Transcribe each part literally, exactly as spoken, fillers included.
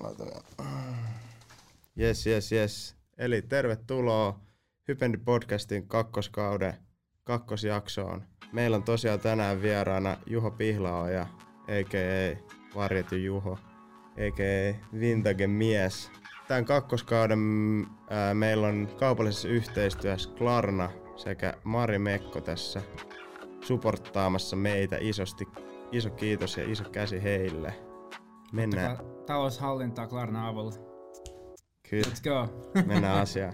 Jes, jes, jes. Eli tervetuloa Hypendi podcastin kakkoskauden kakkosjaksoon. Meillä on tosiaan tänään vieraana Juho Pihlaoja, a k a. Varjettu Juho, a k a. Vintage mies. Tämän kakkoskauden ää, meillä on kaupallisessa yhteistyössä Klarna sekä Mari Mekko tässä supporttaamassa meitä isosti. Iso kiitos ja iso käsi heille. Mennään. Taloushallintaa Klarna avulla. Kyllä. Let's go. Mennään asiaan.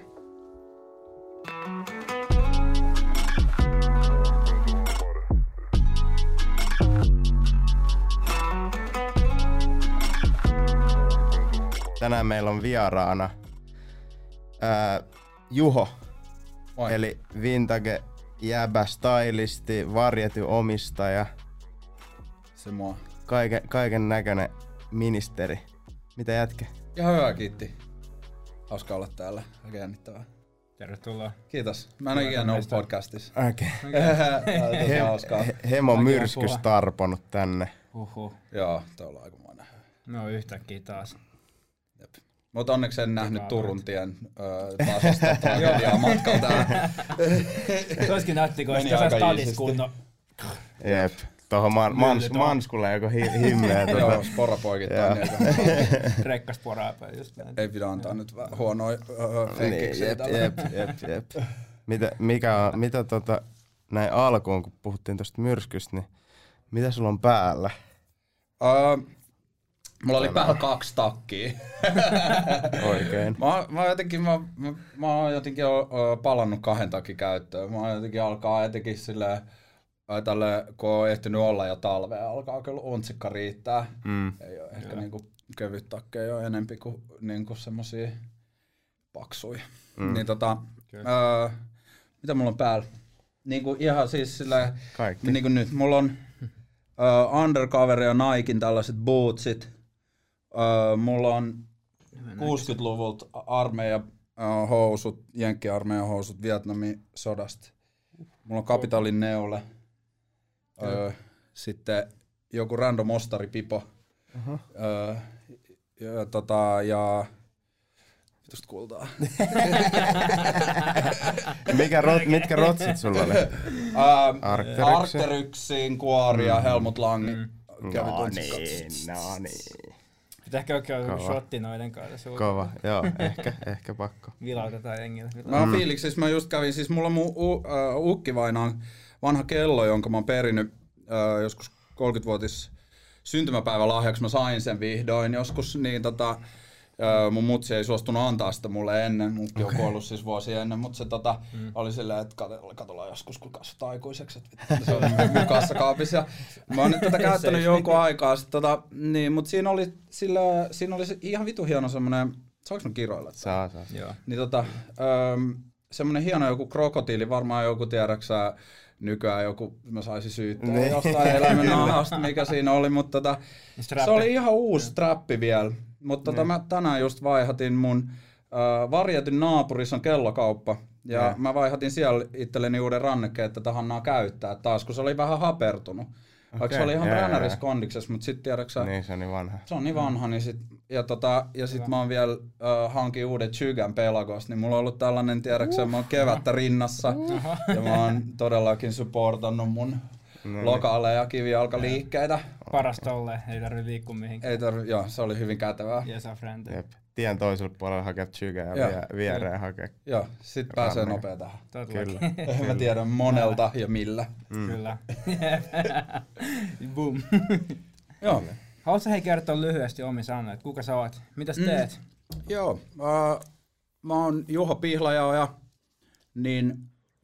Tänään meillä on vieraana ää, Juho, Moi. eli vintage jäbä, stylisti, varjetty omistaja, Se mua. kaiken, kaiken näköinen ministeri. Mitä jätkä? Ihan hyvä, kiitti. Hauska olla täällä. Aika jännittävää. Tervetuloa. Kiitos. Mä en ole ikinä ollut podcastissa. Okei. Okay. Tosi hauskaa. He, hemo myrskys tarponut tänne. Huhhuh. Joo, tää on aikamoinen. No yhtäkkiä taas. Jep. Mut onneksi en nähnyt Hyvä Turun tien öö, tasosta tragediaa matkalla täällä. Se olisikin nätti, kun Meni olisi tässä aika stadis iisisti. kunno. Jep. Tuohon man, mans, Myllyt on. manskulle joku hi, himmeä. Joo, tuota. sporapoikittain. Rekkas poraa päin just näin. Ei pidä antaa nyt vähän huonoja öö, Niin, feikkiksiä jep, tällä. jep, jep, jep. Mitä, mikä on, mitä tota, näin alkuun, kun puhuttiin tosta myrskystä, niin mitä sulla on päällä? Öö, mulla oli päällä kaksi takkia. Oikein. Mä, mä, jotenkin, mä, mä, mä oon jotenkin o, o, palannut kahden takin käyttöön. Mä oon jotenkin alkaa jotenkin silleen, ää, tälle, kun on ehtinyt olla jo talvea, alkaa kyllä untsikka riittää. Mm. Ei oo ehkä niinku kevyt takkeja ole enempi kuin niinku semmosia paksuja. Mm. Niin tota, öö, mitä mulla on päällä? Niinku ihan siis silleen, Kaikki. niinku nyt, mulla on öö, Undercover ja Niken tällaiset bootsit. Öö, mulla on kuusikymmentäluvulta armeija äh, housut, jenkki-armeijan housut Vietnamin sodasta. Mulla on Kapitalin neule. Öö, sitten joku random ostaripipo. Uh-huh. Öö, ja, tota, ja vitusta kultaa. Mikä rot, mitkä rotsit sulla oli? Öö, Arcteryxin? Arcteryxin kuori ja Helmut Langin. Mm. Kevyt No untsikka. niin, no niin. Pitää ehkä oikein joku Kova. shotti noiden kanssa. Sulla Kova, joo, ehkä, ehkä pakko. vilautetaan jengille. Mä oon fiiliksissä, mä just kävin, siis mulla on mun u, uh, ukkivainaan vanha kello, jonka mä oon perinyt uh, joskus kolmekymmenvuotis syntymäpäivän lahjaksi, mä sain sen vihdoin joskus, niin tota, uh, mun mutsi ei suostunut antaa sitä mulle ennen, munkin okay. on kuollut siis vuosia ennen, mutta se tota, mm. oli silleen, että katsotaan joskus, kun kasvat aikuiseksi, että se oli mun kassakaapissa. Ja mä oon nyt tätä käyttänyt jonkun aikaa, sit, tota, niin, mutta siinä oli, sillä, siinä oli se ihan vitu hieno semmonen, saanko mä kiroilla? Saa, saa. Joo. Niin tota, öö, semmonen hieno joku krokotiili, varmaan joku tiedäksä nykyään joku, mä saisin syyttää Niin. jostain eläimen nahasta, mikä siinä oli, mutta tota, Strappi. se oli ihan uusi strappi vielä. Mutta tota, Niin. mä tänään just vaihatin mun öö, varjetyn naapurissa on kellokauppa, ja Niin. mä vaihatin siellä itselleni uuden rannekkeen, että tätä hannaa käyttää taas, kun se oli vähän hapertunut. Vaikka Okei, se oli ihan jaa, brännäris jaa. kondiksessa, mutta sit tiedäksä, Niin, se on niin vanha. se on niin vanha, niin sit, ja, tota, ja sit mä oon vielä äh, hankin uuden Chygän Pelagos, niin mulla on ollut tällainen, tiedäksä, uh. mä oon kevättä rinnassa, uh. ja mä oon todellakin supportannut mun No, lokaaleja kivijalkaliikkeitä. Paras tolleen, ei tarvi liikkua mihinkään. Ei tarvi, joo, se oli hyvin kätevää. Yes, our friend. Jep. Tien toisella puolella hakee Chygää ja Joo. vie, viereen hakee. Joo, sit pääsee Ranne. nopea tähän. Kyllä. Todellakin. Mä tiedän monelta ja millä. Mm. Kyllä. Boom. Joo, Haluatko hei kertoa lyhyesti omin sanoin, että kuka sä oot? Mitä sä Mm. teet? joo. Äh, mä oon Juho Pihlaoja, niin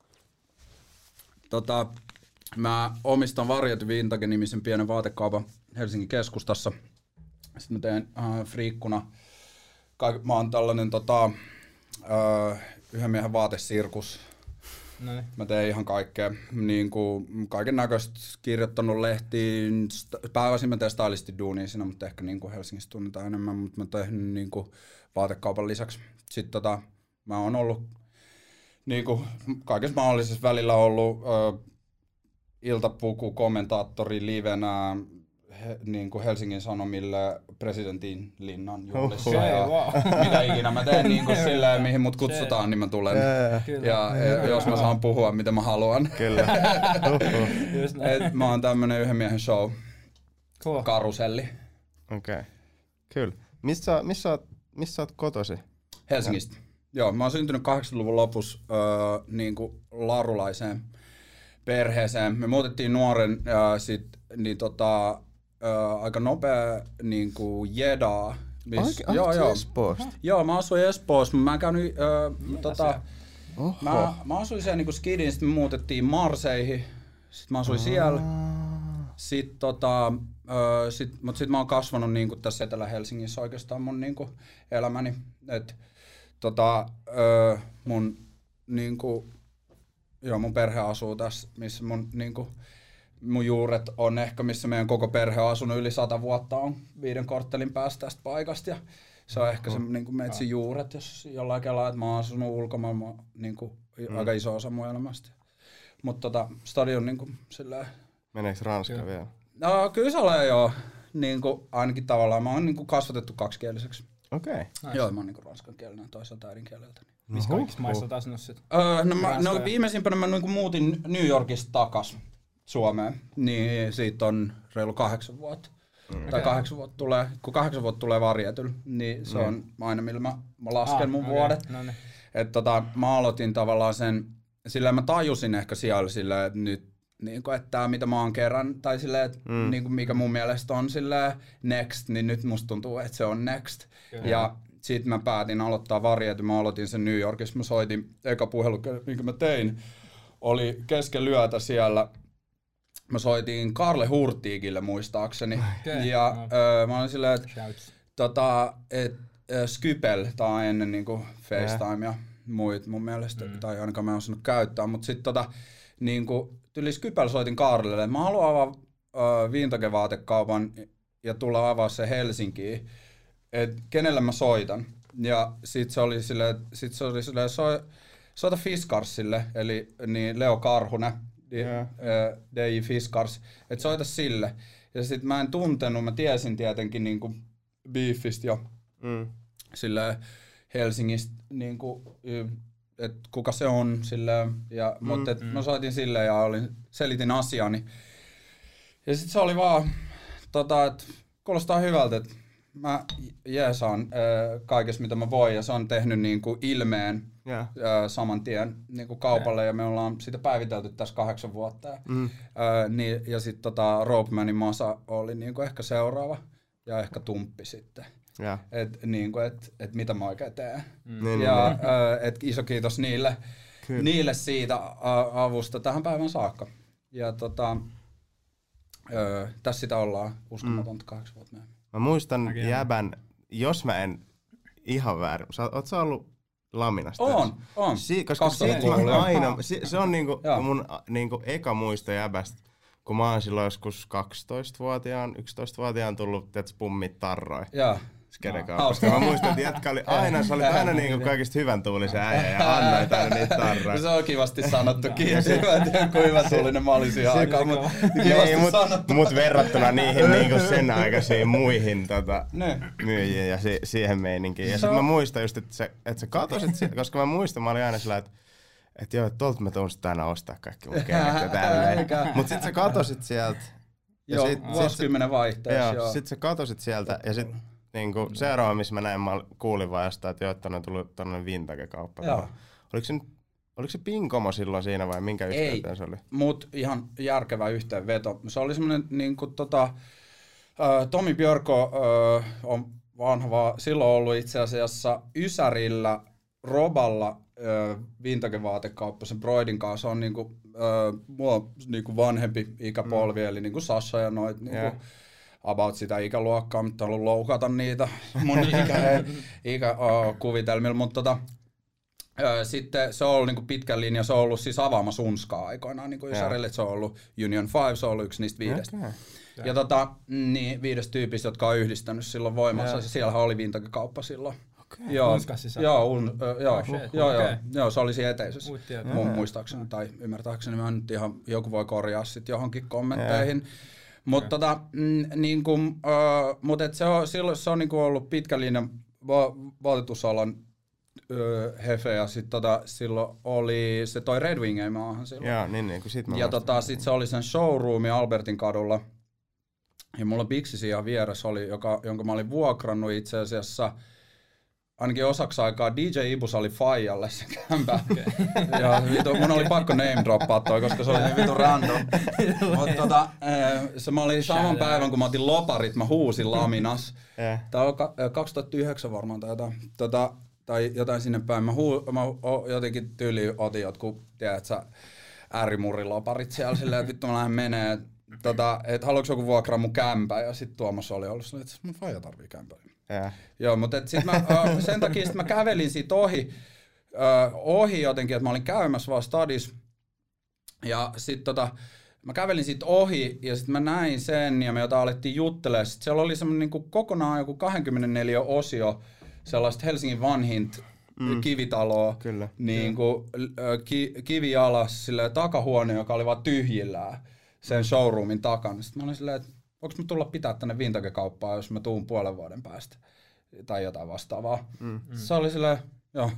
tota, mä omistan Varjetty Vintage-nimisen pienen vaatekaupan Helsingin keskustassa. Sitten mä teen äh, friikkuna. Kaik- mä oon tällainen tota, äh, yhden miehen vaatesirkus. No niin. Mä teen ihan kaikkea, niin kuin kaiken näköistä kirjoittanut lehtiin. st- Pääosin mä teen stylistiduunia siinä, mutta ehkä niin kuin Helsingissä tunnetaan enemmän, mutta mä teen niin kuin vaatekaupan lisäksi. Sitten tota, mä oon ollut niin kuin kaikessa mahdollisessa välillä ollut ö, iltapuku, kommentaattori, livenä, he, niin kuin Helsingin Sanomille presidentin linnan juhlissa. Okei, Ja wow. mitä ikinä mä teen niin kuin silleen, mihin mut kutsutaan, niin mä tulen. Kyllä. Ja, ja jos mä saan puhua, mitä mä haluan. Kyllä. Just näin. Et mä oon tämmönen yhden miehen show. Cool. Karuselli. Okei. Okay. Kyllä. Missä, missä, oot, missä oot kotosi? Helsingistä. Joo, mä oon syntynyt kahdeksankymmentäluvun lopussa öö, niin kuin larulaiseen perheeseen. Me muutettiin nuoren ja sit, niin tota, öö, aika nopea niin kuin jedaa. Miss, joo, ah, joo. Espoosta? Joo, mä asuin Espoossa. Mä käyn, öö, tota, Oho. mä, mä asuin siellä niinku skidin, sitten me muutettiin Marseihin. Sitten mä asuin oh. siellä. Sitten tota, öö, sit, mut sit mä oon kasvanut niinku tässä Etelä-Helsingissä oikeastaan mun niinku elämäni. Et, tota, öö, mun, niinku, joo, mun perhe asuu tässä, missä mun, niinku, mun juuret on ehkä, missä meidän koko perhe on asunut yli sata vuotta, on viiden korttelin päästä tästä paikasta. Ja se on ehkä se niinku meitsin juuret, jos jollain kelaa, että mä oon asunut ulkomaan niinku, mm. aika iso osa mun elämästä. Mutta tota, stadion niinku silleen... Meneekö Ranska Kyllä. vielä? No kyllä se ole joo, niinku, ainakin tavallaan. Mä oon niinku kasvatettu kaksikieliseksi. Okei. Okay. Nice. Joo, mä oon niinku ranskankielinen toisaalta äidinkieleltä. Missä kaikissa maissa oot asunut sit? Öö, no, mä, no Ranska- viimeisimpänä mä niinku muutin New Yorkista takas Suomeen, niin siitä on reilu kahdeksan vuotta. Mm. Tai Okei. kahdeksan vuotta tulee, kun kahdeksan vuotta tulee varjetyllä, niin se Mm. on aina millä mä, mä lasken Ah, mun okei. vuodet. No niin. Et tota, mä aloitin tavallaan sen, sillä mä tajusin ehkä siellä silleen, että nyt niinku, että tää mitä mä oon kerran, tai silleen, että Mm. niinku, mikä mun mielestä on silleen next, niin nyt musta tuntuu, että se on next. Kyllä. Ja sit mä päätin aloittaa varjety, mä aloitin sen New Yorkissa, mä soitin, eka puhelu, minkä mä tein, oli kesken lyötä siellä. Mä soitin Karle Hurtigille muistaakseni. Okei, Ja no. öö, mä olin silleen, että Shouts. tota, et, äh, Skypel, tää on ennen niinku FaceTime ja muit mun mielestä, mm. tai ainakaan mä en osannut käyttää, mutta sit tota, niinku, tyli Skypel soitin Karlelle, mä haluan avaa äh, vintage-vaatekaupan ja tulla avaa se Helsinkiin, että kenelle mä soitan. Ja sit se oli silleen, sit se oli silleen, so, soita Fiskarsille, eli niin Leo Karhunen, Yeah. D J Fiskars, että soita sille. Ja sit mä en tuntenut, mä tiesin tietenkin niinku Beefistä jo Mm. silleen Helsingistä, niinku, että kuka se on silleen, ja, mm, mutta et mm. mä soitin silleen ja olin, selitin asiani. Ja sit se oli vaan, tota, että kuulostaa hyvältä, että mä jeesaan äh, kaikessa mitä mä voin, ja se on tehnyt niinku ilmeen Yeah. äh, saman tien niinku kaupalle, ja me ollaan sitä päivitelty tässä kahdeksan vuotta. Ja, Mm. äh, niin, ja sit tota, Ropemanin Masa oli niinku ehkä seuraava, ja ehkä Tumppi sitten. Yeah. Et, niinku, et, et mitä mä oikein teen. Niin, niin, Ja niin. äh, et iso kiitos niille, Kyllä. niille siitä äh, avusta tähän päivän saakka. Ja tota, äh, tässä sitä ollaan uskomatonta mm. kahdeksan vuotta myöhemmin. Mä muistan Mäkin jäbän, jos mä en ihan väärin, sä, oot sä ollut Laminasta? On, on. Si- koska sit kaksituhattaluvulla. mä aina, si- se on niinku Joo. mun a, niinku eka muisto jäbästä, kun mä oon silloin joskus kaksitoistavuotiaan, yksitoistavuotiaan tullut, teet pummit tarroin. Joo. Skedekaupasta. Hauska. Mä muistan, että jätkä oli aina, sä olit aina niinku kaikista hyvän tuulisen äijä ja annoit aina niitä tarroja. Se on kivasti sanottu. Kiitos. Mä en tiedä, kuinka hyvä tuulinen mä olin siihen aikaan, mutta Niin, kivasti mut, sanottu. mut verrattuna niihin niinku sen aikaisiin muihin tota, Ne. myyjiin ja si- siihen meininkiin. Ja Se sit on- mä muistan just, että sä, et sä katosit, si- koska mä muistan, mä olin aina sillä, että et joo, tolta mä tuun sit aina ostaa kaikki mun kengät ja tälleen. Eikä. Mut sit sä katosit sieltä. Ja Joo, sit- sit vuosikymmenen vaihteessa. Joo, Joo. sit sä katosit sieltä ja sit niinku seuraava, missä mä näin, mä kuulin vaan jostain, että joo, että on tullut tonne vintage-kauppa. Joo. Oliko se, nyt- oliko se Pinkomo silloin siinä vai minkä yhteyteen se oli? Mut ihan järkevä yhteenveto. Se oli semmonen niinku tota, äh, Tomi Björko äh, on vanha, vaan silloin ollut itse asiassa Ysärillä Roballa äh, vintage-vaatekauppa sen Broidin kanssa. Se on niinku, äh, mua niinku vanhempi ikäpolvi, mm. eli niinku Sasha ja noit niinku, Yeah. about sitä ikäluokkaa, mutta haluan loukata niitä mun ikä, ikäkuvitelmilla, mutta tota, Öö, sitten se on ollut niinku pitkän linja, se on ollut siis avaama Sunskaa aikoinaan niinku Ysärille, se on ollut Union Five, se on ollut yksi niistä viidestä. Okay. Ja tota, niin viides tyypistä, jotka on yhdistänyt silloin voimassa, Joo. ja siellähän oli vintage-kauppa silloin. Okay. Joo, Unskassa sisällä? joo, un, ö, joo, Oh, shit. joo, joo, Okei. joo, se oli siinä eteisessä. Uut tietoa. Mun Joo. muistaakseni tai ymmärtääkseni, mä nyt ihan, joku voi korjaa sit johonkin kommentteihin. Mutta tota, mm, niinku, uh, mut et se on, silloin, se on niinku ollut pitkällinen va- vaatetusalan uh, hefe ja sit tota, silloin oli, se toi Red Wing ei maahan silloin. Joo, niin, niin kun sit mä ja tota, sit se oli sen showroomi Albertin kadulla. Ja mulla Bixi siellä vieressä oli, joka, jonka mä olin vuokrannut itse asiassa ainakin osaksi aikaa D J Ibus oli Faijalle se kämpä. Okay. Ja vitu, mun oli pakko name droppaa toi, koska se oli niin vitu random. Mutta tota, se mä olin saman päivän, kun mä otin loparit, mä huusin Laminas. Tää on kaksituhattayhdeksän varmaan tai jotain, tota, tai jotain sinne päin. Mä, huu, mä jotenkin tyyliin otin jotkut, tiedät sä, äärimurriloparit siellä silleen, että vittu mä lähden menee. Tota, että haluatko joku vuokraa mun kämpää, ja sit Tuomas oli ollut silleen, että mun faija tarvii kämpää. Yeah. Joo, mutta et sit mä, äh, sen takia sit mä kävelin siitä ohi, äh, ohi jotenkin, että mä olin käymässä vaan stadis. Ja sit tota, mä kävelin siitä ohi, ja sit mä näin sen, ja me jota alettiin juttelemaan. Sit siellä oli semmonen niinku kokonaan joku kaksikymmentäneljä osio sellaista Helsingin vanhinta mm. kivitaloa. Kyllä. Niinku, äh, ki, kivi alas, silleen takahuone, joka oli vaan tyhjillään sen showroomin takana. Sitten mä olin silleen, että voinko mä tulla pitää tänne Vintage-kauppaan, jos mä tuun puolen vuoden päästä tai jotain vastaavaa. Mm. Se oli silleen, joo,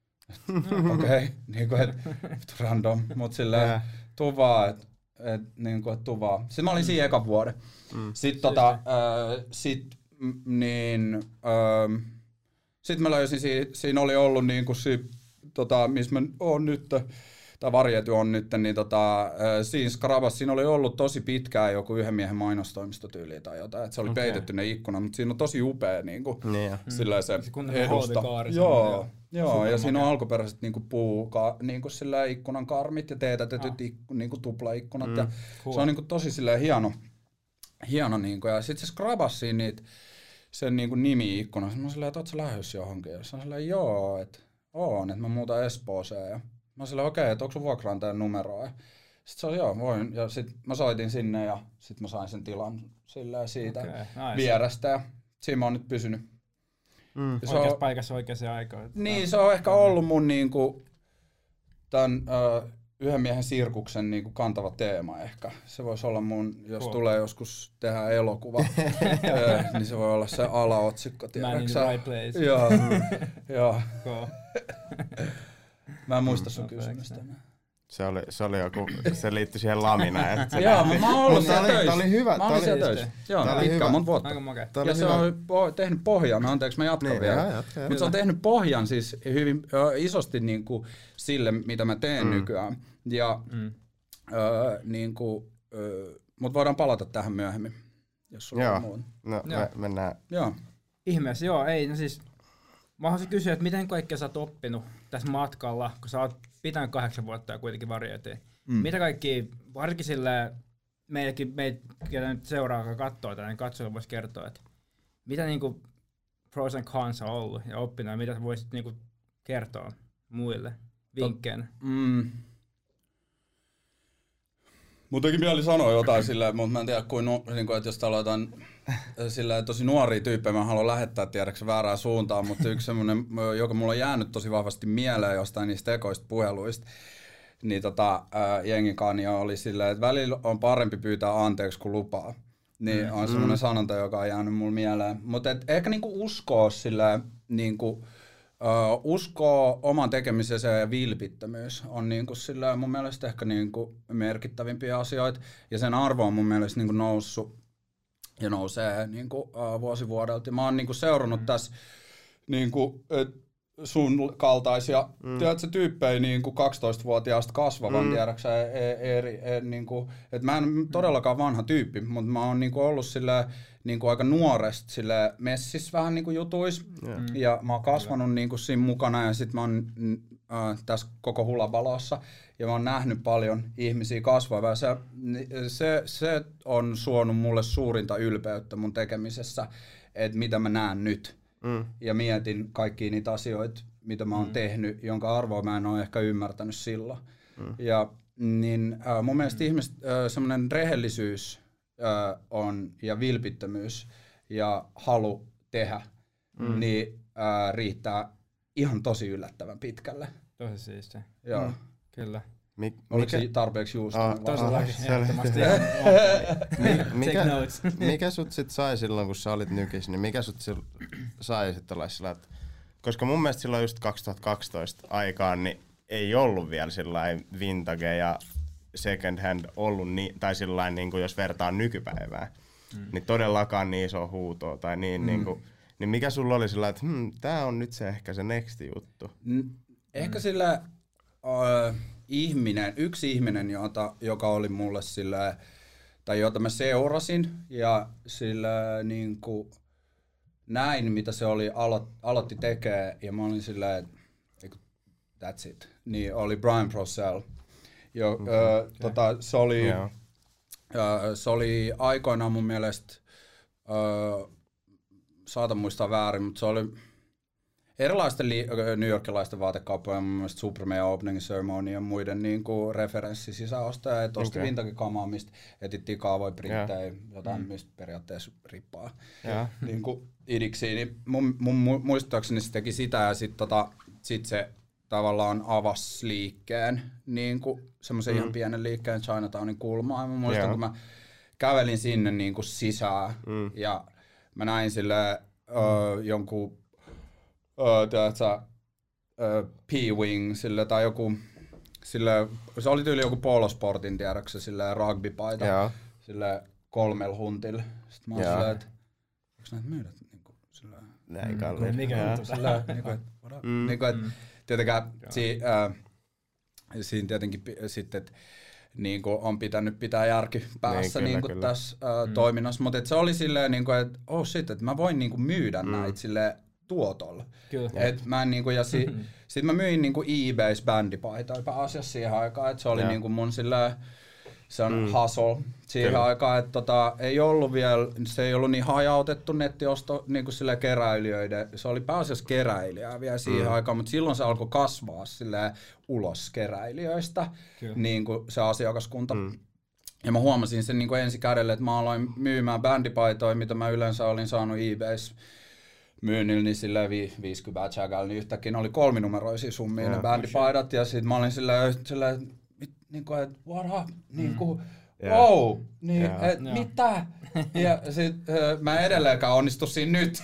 okei, okay. niinku et random, mut silleen, yeah. tuu vaan, et, et, niinku, et tuu vaan. Sitten mä olin siinä ekan vuoden. Mm. Sitten tota, äh, sit, niin, äh, sit mä löysin, si, siinä oli ollut niinku si, tota, missä mä oon nyt, tai Varjety on nyt, niin tota, siinä Skrabassa siinä oli ollut tosi pitkään joku yhden miehen mainostoimistotyyli tai jotain, että se oli okay. peitetty ne ikkunat, mutta siinä on tosi upea niinku, yeah. silleen se edusta. Joo, joo ja siinä on alkuperäiset niinku puu, niinku silleen ikkunan karmit ja teetätetyt ah. ikku, niinku tuplaikkunat, mm. ja cool. Se on niinku tosi silleen hieno, hieno niinku, ja sit se Skrabas siinä niitä, sen niinku nimi-ikkuna, mä silleen, että oot sä lähdös johonkin, ja se on silleen, joo, että oon, että mä muutan Espooseen, ja mä olin silleen, okei, okay, että onko sun vuokraan tää numeroa? Sitten se oli, joo, voin. Ja sit mä soitin sinne ja sit mä sain sen tilan silleen siitä okay, nice. vierestä. Ja siinä mä oon nyt pysynyt. Mm. Oikeassa on, paikassa oikeaan aikaan. Niin, se on ehkä ollut mun niinku, tän ö, yhden miehen sirkuksen niinku kantava teema ehkä. Se voisi olla mun, jos cool. tulee joskus tehdä elokuva, ö, niin se voi olla se alaotsikko. Man in the right place. Joo, joo. Mä en muista sun kysymystä. Se oli, se oli joku, se liittyi siihen Laminaan. Että joo, mä oon ollut siellä töissä. Tää oli hyvä. Mä olin siellä töissä. Joo, pitkään, monta vuotta. Ja se on tehnyt pohjan, anteeksi mä jatkan niin, vielä. Jatka, Mutta se on tehnyt pohjan siis hyvin ö, isosti niinku sille, mitä mä teen mm. nykyään. Ja, mm. ö, niinku, ö, mut voidaan palata tähän myöhemmin, jos sulla on muuta. No, me, mennään. Joo. Ihmeessä, joo, ei, no siis mä haluaisin kysyä, että miten kaikkea sä oot oppinut tässä matkalla, kun sä oot pitänyt kahdeksan vuotta ja kuitenkin Varjetyä. Mm. Mitä kaikki, varsinkin silleen, meillekin, meitä, ketä nyt seuraa, joka katsoo tätä, niin katsoja voisi kertoa, että mitä niinku pros and cons on ollut ja oppinut ja mitä sä voisit niinku kertoa muille vinkkeinä? Mm. Mun teki mieli sanoa jotain silleen, mutta mä en tiedä, kuin, niin kuin, että jos täällä on jotain silleen, tosi nuoria tyyppejä, mä haluan lähettää tiedäksä väärään suuntaan, mutta yksi semmoinen, joka mulla on jäänyt tosi vahvasti mieleen jostain niistä ekoista puheluista, niin tota, ää, jengin kanssa oli silleen, että välillä on parempi pyytää anteeksi kuin lupaa. Niin mm. on semmoinen sanonta, joka on jäänyt mulle mieleen. Mutta ehkä niinku uskoo silleen, niinku, Uh, uskoo oman tekemisensä ja vilpittömyys on niinku sillä mun mielestä ehkä niinku merkittävimpiä asioita ja sen arvo on mun mielestä niinku noussut ja nousee niinku uh, vuosi vuodelta. Mä oon niinku seurannut mm. tässä niinku, et, sun kaltaisia mm. tiedätkö, tyyppejä niinku kaksitoistavuotiaasta kasvavan mm. tiedäksä eri, e, niinku, et mä en todellakaan vanha tyyppi, mutta mä oon niinku ollut sillä niinku aika nuoresta sille messissä vähän niinku jutuis yeah. ja mä oon kasvanut niinku siinä mukana ja sit mä oon äh, tässä koko hulabalossa ja mä oon nähnyt paljon ihmisiä kasvaa ja se, se, se on suonut mulle suurinta ylpeyttä mun tekemisessä, että mitä mä näen nyt mm. ja mietin kaikkia niitä asioita, mitä mä oon mm. tehnyt, jonka arvoa mä en oo ehkä ymmärtänyt silloin. Mm. Ja niin äh, mun mielestä mm. ihmiset, äh, semmonen rehellisyys Öö, on, ja vilpittömyys ja halu tehdä, mm. niin öö, riittää ihan tosi yllättävän pitkälle. Tosi siistiä. Joo. Mm. Kyllä. Mi- Oliko mikä? se tarpeeksi juustoa? Ah, Todellakin, se oli- ehdottomasti. Mi- mikä, Take notes. mikä sut sit sai silloin, kun sä olit nykis, niin mikä sut sil- sai sit olla sillä, että koska mun mielestä silloin just kaksituhattakaksitoista aikaan, niin ei ollut vielä sillain vintage ja second hand ollut, ni- tai sillain niinku jos vertaa nykypäivään, mm. niin todellakaan niin iso huutoa tai niin mm. niinku, niin mikä sulla oli sillä, että hmm, tää on nyt se ehkä se next juttu? N- ehkä mm. sillä äh, ihminen, yksi ihminen, jota, joka oli mulle sillä, tai jota mä seurasin ja sillä niinku näin, mitä se oli, alo- aloitti tekee ja mä olin sillä, että that's it, niin oli Brian Prosell. Jo, okay. ö, tota, se, oli, yeah. ö, se oli aikoinaan mun mielestä, ö, saatan muistaa väärin, mutta se oli erilaisten li- New Yorkilaisten vaatekauppojen, mun mielestä Supreme Opening Ceremony ja muiden niin kuin referenssisisäostoja, että osti okay. vintage-kamaa, mistä etittiin kaavoja, printtejä, yeah. jotain, mm. mistä periaatteessa rippaa yeah. niin kuin idiksi. Niin mun, mun muistaakseni se teki sitä ja sitten tota, sit se tavallaan avasi liikkeen, niin kuin semmoisen mm. ihan pienen liikkeen Chinatownin kulmaan. Mä muistan, yeah. kun mä kävelin sinne niin kuin sisään mm. ja mä näin sille uh, jonkun uh, tiedätkö, uh, P-Wing sille, tai joku, sille, se oli tyyli joku polosportin tiedäksä, sille rugbypaita, yeah. sille kolmel huntilla. Sitten mä oon yeah. silleen, että onks näitä myydät niinku sillä näin kalliin. Mikä on sillä niinku, että mm. niinku, et, tietenkään si, äh, siinä tietenkin sitten, että niin on pitänyt pitää järki päässä niin, kyllä, niin kyllä. tässä äh, mm. toiminnassa, mutta se oli silleen, niin kuin, että oh shit, että mä voin niin kuin, myydä mm. näitä silleen tuotolla. Et mä en, niin kuin, ja si, sit mä myin niin kuin eBay's bändipaitoja pääasiassa siihen aikaan, että se oli niin kuin mun silleen, se on mm. hustle siihen kyllä. aikaan, että tota, ei ollut vielä, se ei ollut niin hajautettu nettiosto niin kuin sille keräilijöiden, se oli pääasiassa keräilijää vielä siihen mm. aikaan, mutta silloin se alkoi kasvaa silleen ulos keräilijöistä, kyllä. niin kuin se asiakaskunta. Mm. Ja mä huomasin sen niin kuin ensi kädelle, että mä aloin myymään bändipaitoja, mitä mä yleensä olin saanut eBayssä myynnillä, niin silleen viisikymmentä chagalla, niin yhtäkkiä ne oli kolminumeroisia summia ja, ne bändipaidat, ja sit mä olin silleen, silleen niinku, että what up, niinku, mm. wow, niin, yeah. et yeah. mitä? Ja sit äh, mä edelleenkään onnistu siinä nyt.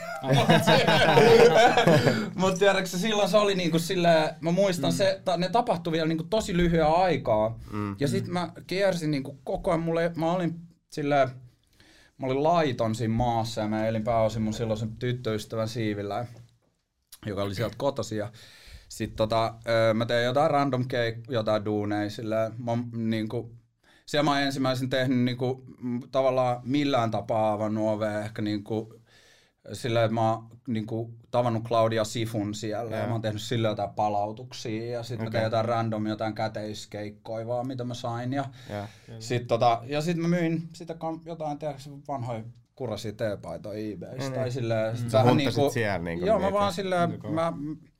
Mut tiedätkö, silloin se oli niinku silleen, mä muistan mm. se, ta, ne tapahtui vielä niinku tosi lyhyen aikaa. Mm. Ja sit mä kiersin niinku koko ajan, mulle, mä olin silleen, mä olin laiton siinä maassa ja mä elin pääosin mun silloisen tyttöystävän siivillä, joka oli sieltä kotoisin. Ja sit tota, mä tein jotain random cake, jotain duuneja silleen, mä, niinku, siellä mä oon ensimmäisen tehnyt niinku, tavallaan millään tapaa avannut ovea, ehkä niinku, silleen, että mä oon niinku, tavannut Claudia Sifun siellä yeah. ja mä oon tehnyt sille jotain palautuksia ja sit okay. mä tein jotain random, jotain käteiskeikkoja vaan, mitä mä sain ja yeah. sit, tota, ja sit mä myin sitä jotain tiedätkö, vanhoja kurasia teepaitoja eBaystä mm. tai silleen, mm. vähän niinku, siellä niinku joo mä vaan silleen, niinku. mä,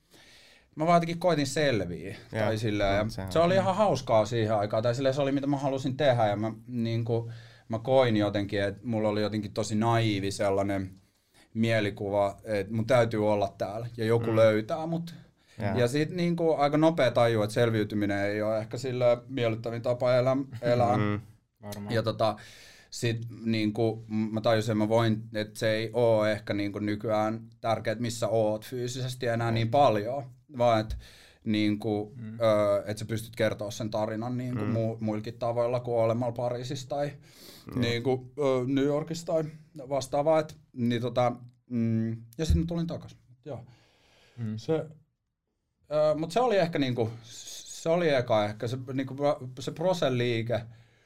mä vaan jotenkin koitin selviä yeah. tai silleen, ja se, se oli ihan hauskaa siihen aikaan tai silleen se oli mitä mä halusin tehdä ja mä niinku, mä koin jotenkin, että mulla oli jotenkin tosi naiivi sellainen mielikuva, että mun täytyy olla täällä ja joku mm. löytää mut. Yeah. Ja sit niinku aika nopea tajua, että selviytyminen ei ole ehkä sillä miellyttävin tapa elää. elää. Mm. Ja tota, sit niinku mä tajusin, että mä voin, että se ei oo ehkä niinku nykyään tärkeää, missä oot fyysisesti enää mm. niin paljon, vaan että niinku, mm. ö, et sä pystyt kertoa sen tarinan niinku mm. mu- muillakin tavoilla kuin olemalla Pariisissa tai mm. niinku, ö, New Yorkissa tai vastaavaa. Et, niin tota, mm, ja sitten mä tulin takas. Joo. Mm. Se, ö, mut se oli ehkä niinku, se oli eka ehkä se, niinku, se Prosen liike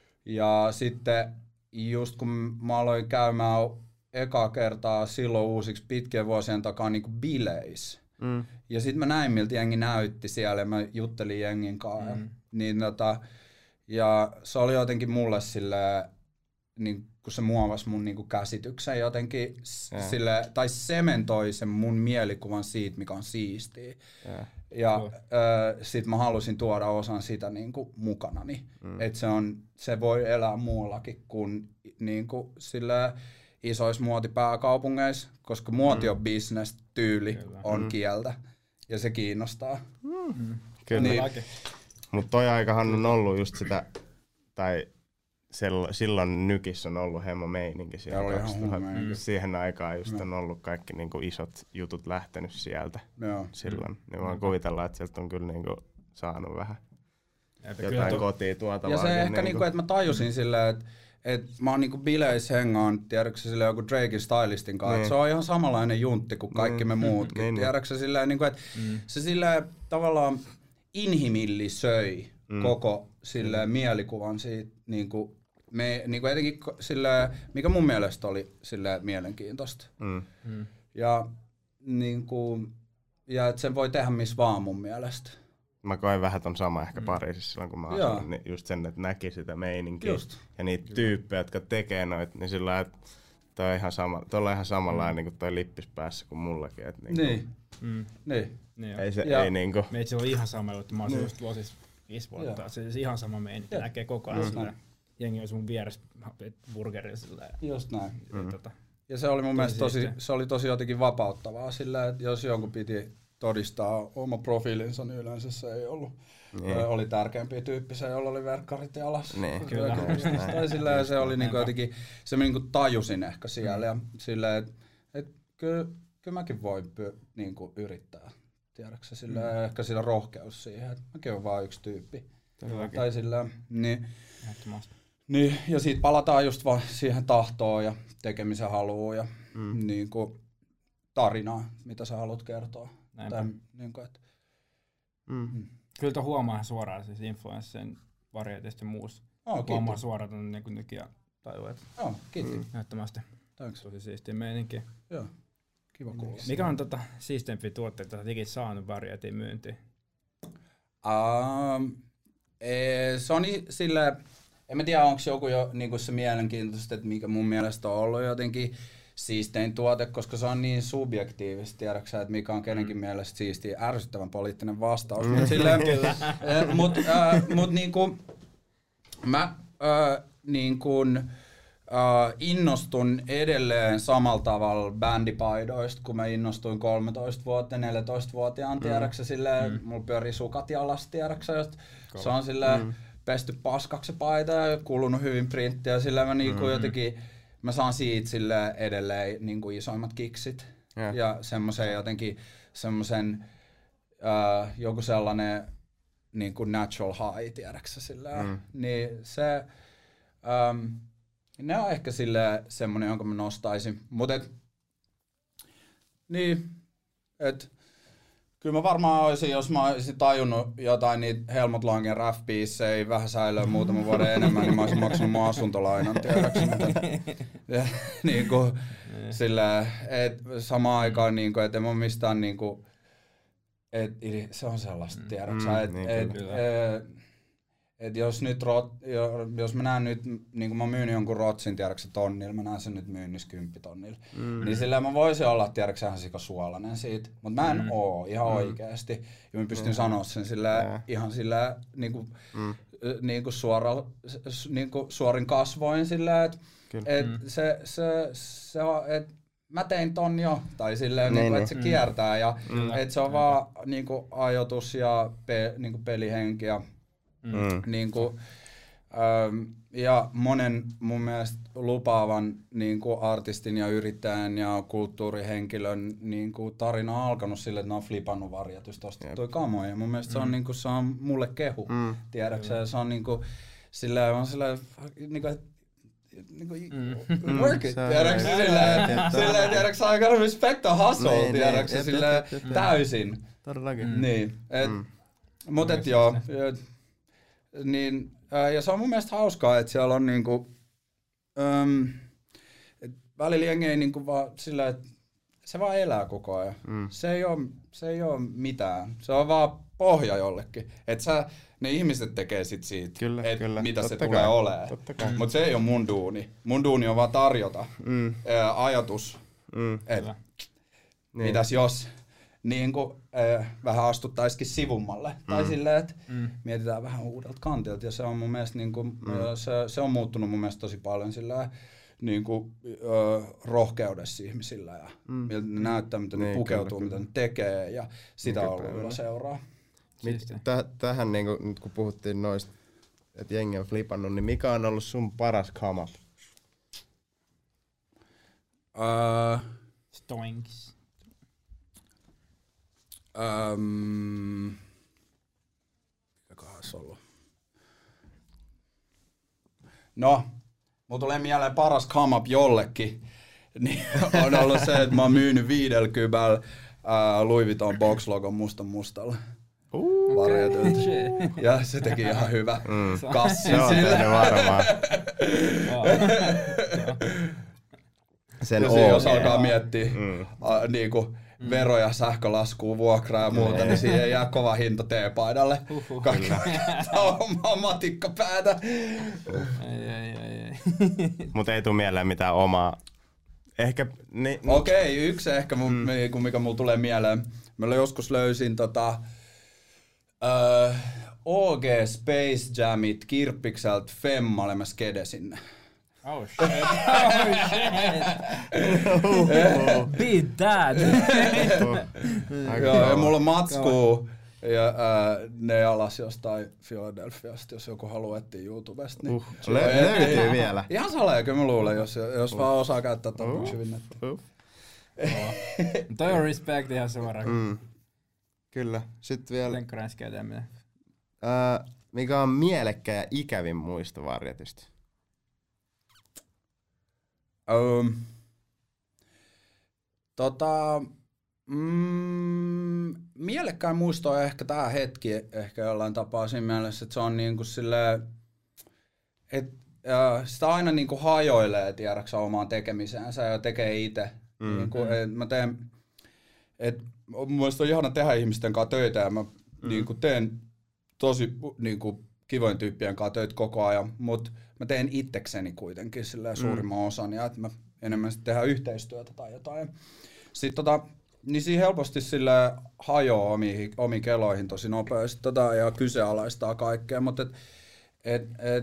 ja sitten just kun mä aloin käymään eka kertaa silloin uusiksi pitkien vuosien takaa niinku bileissä. Mm. Ja sit mä näin, miltä jengi näytti siellä ja mä juttelin jengin kanssa. Mm. Niin, tota, ja se oli jotenkin mulle silleen, niin kun se muovasi mun niinku käsityksen jotenkin, yeah. sille, tai sementoi sen mun mielikuvan siitä, mikä on siistiä. Yeah. Ja cool. ö, sit mä halusin tuoda osan sitä niinku mukanani. Mm. Että se, on, se voi elää muuallakin kuin niinku sille isoissa muotipääkaupungeissa, koska muoti on mm. business, tyyli Kyllä. on mm. kieltä ja se kiinnostaa. Mm. Kyllä. Niin, Mutta toi aikahan on ollut just sitä, tai silloin Nykissä on ollut hemmo meininki siellä kaksituhatta. Siihen aikaan just on ollut kaikki niinku isot jutut lähtenyt sieltä Joo. silloin. Niin voin kuvitella, että sieltä on kyllä niinku saanut vähän Eipä jotain to... kotia tuotavaa. Ja se ehkä, niinku, niinku, että mä tajusin silleen, että et mä oon niinku bileissä hengaan, tiedätkö sä, joku Drakein stylistin kanssa, niin. Se on ihan samanlainen juntti kuin kaikki me muutkin, niin, tiedätkö sä, silleen, niinku, että mm. se silleen tavallaan inhimillisöi mm. koko silleen, mm. mielikuvan siitä, niinku, me, niinku etenkin silleen, mikä mun mielestä oli silleen, mielenkiintoista. Mm. Mm. Ja, niinku, ja että sen voi tehdä missä vaan mun mielestä. Mä koin vähän ton sama ehkä mm. Pariisissa silloin, kun mä asuin, niin just sen, että näki sitä meininkiä. Just. Ja niitä Kyllä. tyyppejä, jotka tekee noita, niin sillä että toi on ihan, sama, toi on ihan samanlainen mm. niin kuin toi lippis päässä kuin mullakin. Että niin. Niin. Mm. niin. niin ei se, ja ei niinku. Meitä on ihan sama juttu, mä oon just vuosis viisi vuotta, se on ihan sama meininki, ja. Näkee koko ajan sillä. Jengi olisi mun vieressä burgerilla sillä. Just näin. Mm. Tota, ja se oli mun mielestä tosi, se oli tosi jotenkin vapauttavaa sillä, että jos jonkun piti todistaa oma profiilinsa, niin yleensä se ei ollut. Niin. Oli tärkeämpiä tyyppisiä, jolla oli verkkarit jalas. Niin, kyllä. Tai sillä ja se oli niinku jotenkin, se mä niinku tajusin ehkä siellä. Mm. Ja sillä, että et, kyllä, kyllä mäkin voin py, niinku yrittää. Tiedätkö sillä mm. ehkä sillä rohkeus siihen, että mäkin olen vaan yksi tyyppi. Todellakin. Tai sillä, niin, niin, ja siitä palataan just vaan siihen tahtoon ja tekemisen haluun ja mm. niinku, tarinaa, mitä sä haluat kertoa. Tämän, niin kuin, että, mm. Mm. Kyllä tuon huomaa suoraan siis influenssien varieteista ja muussa. Oh, huomaa suoraan tuon niin nykin ja tajuu, että oh, kiitti. Näyttämästi tosi siistiä meininkiä. Joo, kiva kuulla. Mikä on tota siisteimpiä tuotteita, joita olet saanut varietiin myyntiin? Um, ee, se on sillä, en mä tiedä onko joku jo niin se mielenkiintoista, että mikä mun mielestä on ollut jotenkin siistein tuote, koska se on niin subjektiivista, tiedätkö että mikä on kenenkin mm. mielestä siistiä, ärsyttävän poliittinen vastaus. Mm. Mutta äh, mut, äh, mut niinku, mä äh, niinku, äh, innostun edelleen samalla tavalla bändipaidoista, kun mä innostuin kolmetoista-vuotiaan, neljätoista-vuotiaan, tiedätkö silleen, mm. mulla pyörii sukat jalassa, tiedätkö se on silleen mm. pesty paskaksi paita ja kulunut hyvin printtiä ja silleen mä niinku mm. jotenkin mä saan siitä sille edelleen niin kuin isoimmat kiksit yeah. ja semmoisen jotenkin semmoisen uh, joku sellainen niin kuin natural high, tiedäksä sillä mm. niin se um, ne on ehkä sille semmoinen, jonka mä nostaisin, mut et niin et kyllä mä varmaan olisin, jos mä olisin tajunnut jotain niitä Helmut Langer F-biissejä vähän säilöä muutaman vuoden enemmän, niin mä olisin maksanut mun asuntolainan, tiedäksä. Ja niin kuin sillä, et samaan aikaan niin kuin, et en mä mistään niin kuin, et se on sellaista, tiedäksä, mm, et, niin et, et, et jos nyt rot, jos mä näen nyt, niin kuin mä myyn jonkun rotsin, tiedäksä, tonnilla, mä näen sen nyt myynnissä kymppitonnilla, mm. niin sillä mä voisin olla, tiedäksä, ihan sikasuolainen siitä, mutta mä en mm. oo ihan mm. oikeesti, ja mä pystyn mm. sanoa sen sillä, yeah. ihan sillä niin kuin, mm. niin kuin suora, niin kuin suorin kasvoin sillä, että et mm. se, se, se on, et mä tein ton jo, tai silleen, niin, niin, että se mm. kiertää, ja mm. että se on mm. vaan niin kuin ajoitus ja pe, niin kuin pelihenki, ja Mm. Niin kuin, ähm, ja monen mun mielestä lupaavan niin kuin artistin ja yrittäjän ja kulttuurihenkilön niin kuin tarina on alkanut sille, että ne on flipannut varjetusta ostettuja kamoja. Mun mielestä mm. se on, niin kuin, se on mulle kehu, mm. tiedäksä. Se on niin kuin, silleen, on silleen, niin kuin, niin kuin, mm. work it, tiedäksä, silleen, silleen, tiedäksä, aika respect on hustle, tiedäksä, silleen, täysin. Todellakin. Niin, et, mm. mut et joo. Niin, ää, ja se on mun mielestä hauskaa, että siellä on niinku, äm, et välillä jengi ei niinku vaan sillä, että se vaan elää koko ajan. Mm. Se ei oo, se ei oo mitään. Se on vaan pohja jollekin. Että sä, ne ihmiset tekee sit siitä, kyllä, et kyllä. mitä totta se kai. Tulee olemaan. Mut se ei oo mun duuni. Mun duuni on vaan tarjota mm. ää, ajatus, mm. että niin. mitäs jos niin kuin, äh, vähän astuttaisikin sivummalle. Mm. Tai silleen, että mm. mietitään vähän uudelta kantilta. Ja se on mun mielestä, niin kuin, mm. se, se on muuttunut mun mielestä tosi paljon sillä niin kuin, äh, rohkeudessa ihmisillä. Ja mm. miltä ne näyttää, mitä ne niin, pukeutuu, kyllä, mitä kyllä. ne tekee. Ja sitä on ollut seuraa. Siistiä. Täh- tähän niinku, nyt kun puhuttiin noista, että jengi on flipannut, niin mikä on ollut sun paras come up? Öö, Stoinks. öm, mikäköhän se ollut? No, mulla tulee mieleen paras come up jollekin. Niin on ollut se, että mä oon myynyt viidellä kybällä ää, Louis Vuitton box-logon mustan mustalla. Uh, Varjeteltu. Ja se teki ihan hyvä Mm. kassin Se on sille. tehnyt varmaan. Sen Ja siinä, jos O G. alkaa miettiä Mm. a, niinku, veroja, sähkölaskua, vuokraa ja muuta, niin siihen ei jää kova hinta teepaidalle. Uhuh. Kaikki omaa matikkapäätä. Ei, ei, ei, ei. Mut ei tuu mieleen mitään omaa. Ehkä... Ni, ni, Okei, yksi ehkä, mun, mm. mikä mulla tulee mieleen. Mä joskus löysin tota, uh, O G Space Jamit Kirppikseltä Femmalle, mä skede sinne. Oh shit. Oh shit. Be that. Aika Joo, ja kova. mulla on matskuu. Ja ää, ne alas jostain Philadelphiasta, jos joku haluaa etsiä YouTubesta. Niin Uh, lö- löytyy vielä. Ihan salee, kyllä mä luulen, jos, jos uh. vaan osaa käyttää tapauksia hyvin nettiä. Uh. Toi on respect ihan suoraan. Mm. Kyllä. Sitten vielä, Lenkkarien skeeteeminen. ää, mikä on mielekkä ja ikävin muisto Varjetista? Um, tota, mm, mielekkäin muisto on ehkä tää hetki ehkä jollain tapaa siinä mielessä, että se on niinku silleen, että äh, sitä aina niinku hajoilee, tiedäksä, omaan tekemisensä ja tekee itse. Mm. Niinku, et mä teen, et mun mielestä on ihana tehdä ihmisten kanssa töitä ja mä mm. niinku teen tosi niinku kivojen tyyppien kanssa töitä koko ajan, mutta mä teen itsekseni kuitenkin silleen suurimman osan ja että mä enemmän sitten tehdään yhteistyötä tai jotain. Sitten tota, niin siinä helposti sille hajoaa omiin, omiin keloihin tosi nopeasti tota, ja kyseenalaistaa kaikkea, mutta et, et, et,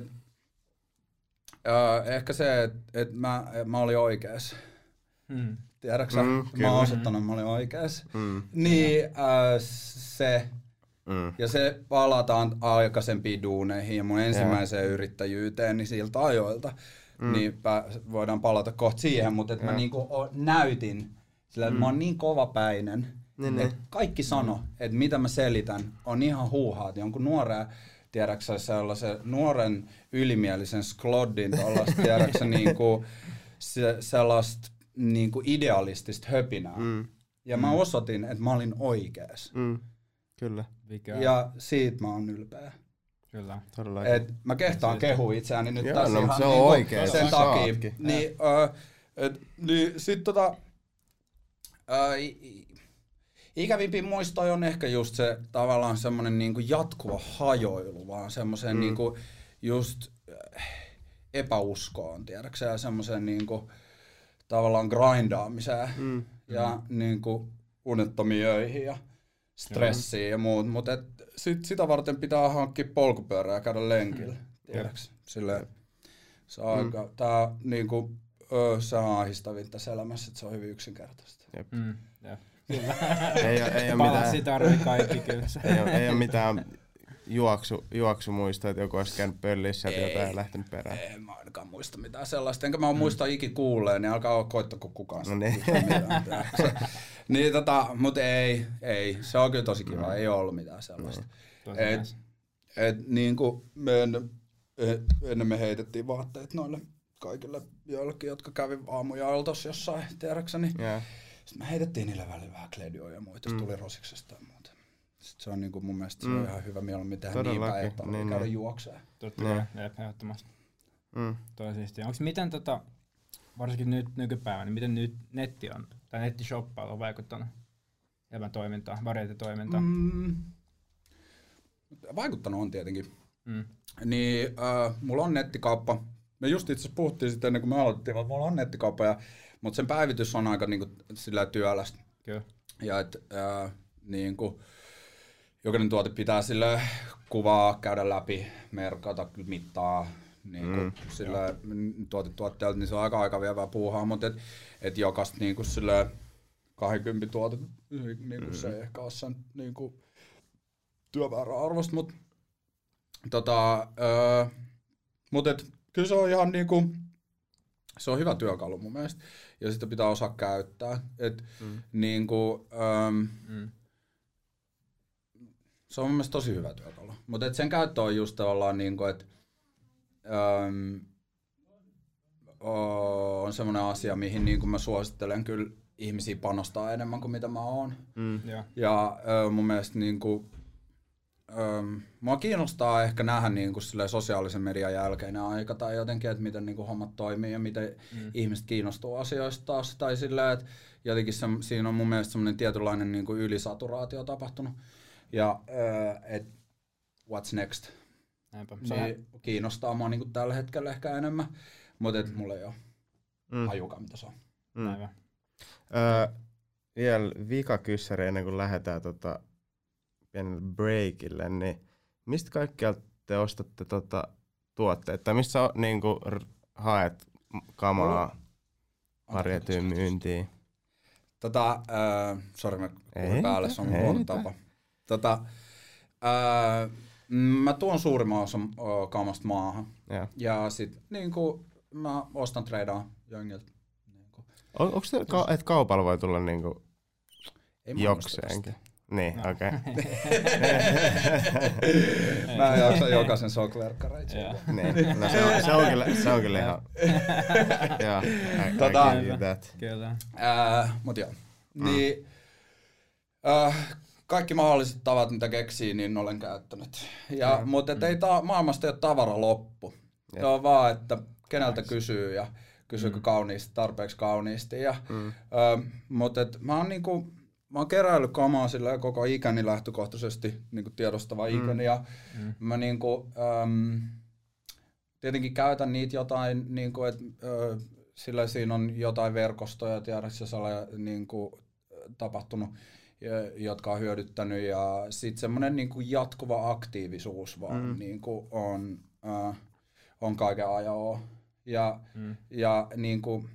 äh, ehkä se, että et mä, et mä olin oikeassa. Hmm. Tiedätkö mm, mä oon osoittanut, että mä olin oikeassa. Mm. Niin äh, se... Mm. Ja se palataan aikaisempiin duuneihin ja mun ensimmäiseen yeah. yrittäjyyteen, niin siltä ajoilta, mm. niin voidaan palata kohta siihen, mutta että yeah. mä niinku näytin sillä, että mm. mä oon niin kovapäinen, mm. että kaikki sano, mm. että mitä mä selitän, on ihan huuhaat. Jonkun nuoren, tiedäksä sellaisen nuoren ylimielisen skloddin tollaista, tiedäksä niinku se, sellaista niinku idealistista höpinää. Mm. Ja mm. mä osoitin, että mä olin oikeas. Mm. Kyllä. Mikä? Ja siitä mä oon ylpeä. Kyllä. Et mä kehtaan kehu itseäni nyt Joo, tässä no, ihan se on niinku oikein, sen sä takia. saatkin. Niin, äh, et, niin sit tota, äh, ikävimpiä muistoja on ehkä just se tavallaan semmonen niinku jatkuva hajoilu, vaan semmoisen mm. niinku just äh, epäuskoon, tiedäksä, ja semmoisen niinku tavallaan grindaamiseen mm. ja mm. niinku unettomiin öihin ja stressiä ja muut, mutta sit, sitä varten pitää hankkia polkupyörää ja käydä lenkillä, tiedäks? Silleen, se on mm. aika, tää niinku, ö, se on ahdistavin tässä elämässä, että se on hyvin yksinkertaista. Jep. Mm, jep. Kyllä. Ei, oo- ei, oo Palassi mitään, tarvii kaikki kyllä. ei, oo- ei ole mitään juoksu, juoksumuista, että joku olisi käynyt pöllissä ja jotain ja lähtenyt perään. En mä ainakaan muista mitään sellaista, enkä mä mm. muista ikin kuulleen, niin alkaa koittako kukaan. No niin. Niin tota, mut ei, ei, se on kyllä tosi kiva, mm. ei ole ollut mitään sellaista. Tosi Et, nice. et niinku me ennen, ennen me heitettiin vaatteet noille kaikille joillekin, jotka kävi aamujailla tossa jossain, tiedäksä, niin Yeah. sitten me heitettiin niille välillä vähän kledioja ja muita, mm. tuli rosiksesta ja muuta. Sitten se on niinku mun mielestä se on Mm. ihan hyvä mieluummin tehdä Todellakin, niin päin, että niin, käydä niin. juokseen. Totta Niin. kai, jep, ehdottomasti. Mm. Toi siistiä. Onks miten tota, varsinkin nyt nykypäivänä, niin miten nyt netti on, tai nettishoppailla on vaikuttanut elämän toimintaan, variety-toimintaan? Mm. Vaikuttanut on tietenkin. Mm. Niin äh, mulla on nettikauppa. Me just itse asiassa puhuttiin sitten ennen kuin me aloitettiin, että mulla on nettikauppa, ja, mutta sen päivitys on aika niinku sillä työlästä. Kyllä. Ja et, äh, niinku, jokainen tuote pitää sille kuvaa, käydä läpi, merkata, mittaa, niinku, mm. sillä tuotetuotteelta, niin se on aika aika vievää puuhaa, mutta et, et jokaista niinku sille kaksikymmentä tuote, niinku mm. se ei ehkä ole sen niinku työmäärän arvosta, mutta tota, öö, mut et, kyllä se on ihan niinku, se on hyvä työkalu mun mielestä, ja sitä pitää osaa käyttää. Et, mm. niinku, öö, mm. Se on mun mielestä tosi hyvä työkalu, mutta sen käyttö on just tavallaan niinku, että öö, on semmoinen asia, mihin niinku mä suosittelen kyllä ihmisiä panostaa enemmän kuin mitä mä oon. Mm. Yeah. Ja ö, mun mielestä niinku, ö, mua kiinnostaa ehkä nähdä niinku sosiaalisen median jälkeinen aika tai jotenkin, että miten niinku hommat toimii ja miten mm. ihmiset kiinnostuu asioista taas. Tai silleen, että jotenkin se, siinä on mun mielestä semmoinen tietynlainen niinku ylisaturaatio tapahtunut. Ja ö, et what's next? Näinpä. Niin kiinnostaa mua niinku tällä hetkellä ehkä enemmän, mutta et mulla ei ole mm. hajukaan mitä se on. Mm. Näinpä. Öö, vielä vika kyssäri ennen kuin lähdetään tota pienelle breakille, niin mistä kaikkialta te ostatte tota tuotteita? Tai missä niinku r- haet kamaa varjetyyn myyntiin? Tota, öö, sori mä kuulin päälle, se on mun huono tapa. Tota, öö, mä tuon suurimman osan kaamasta maahan. Ja, ja sit niinku mä ostan treidaan jengiltä. On, onko se, ka- että kaupalla voi tulla niinku jokseenkin? Niin, no. Okei. Okay. Mä en jaksa jokaisen sokverkkareita. Niin, no se on, se on kyllä, se on kyllä ihan... Joo, I, tota, I give you that. Kyllä. Äh, mut joo. Mm. Niin, äh, kaikki mahdolliset tavat, mitä keksii, niin olen käyttänyt. Ja, mm. Mutta mm. ei ta- maailmasta ei ole tavara loppu. Yep. Se on vaan, että keneltä nice. kysyy ja kysyykö mm. kauniisti, tarpeeksi kauniisti. Ja, mm. ö, mutta et, mä oon niinku, mä oon keräillyt kamaa sillä koko ikäni lähtökohtaisesti, niinku tiedostava mm. ikäni. Ja mm. mä niinku, äm, tietenkin käytän niitä jotain, niinku, että sillä siinä on jotain verkostoja, tiedätkö, niinku, tapahtunut, jotka on hyödyttänyt. Ja sit semmonen niinku jatkuva aktiivisuus vaan mm. niinku on, äh, on kaiken ajan. Ja, mm. ja niinku,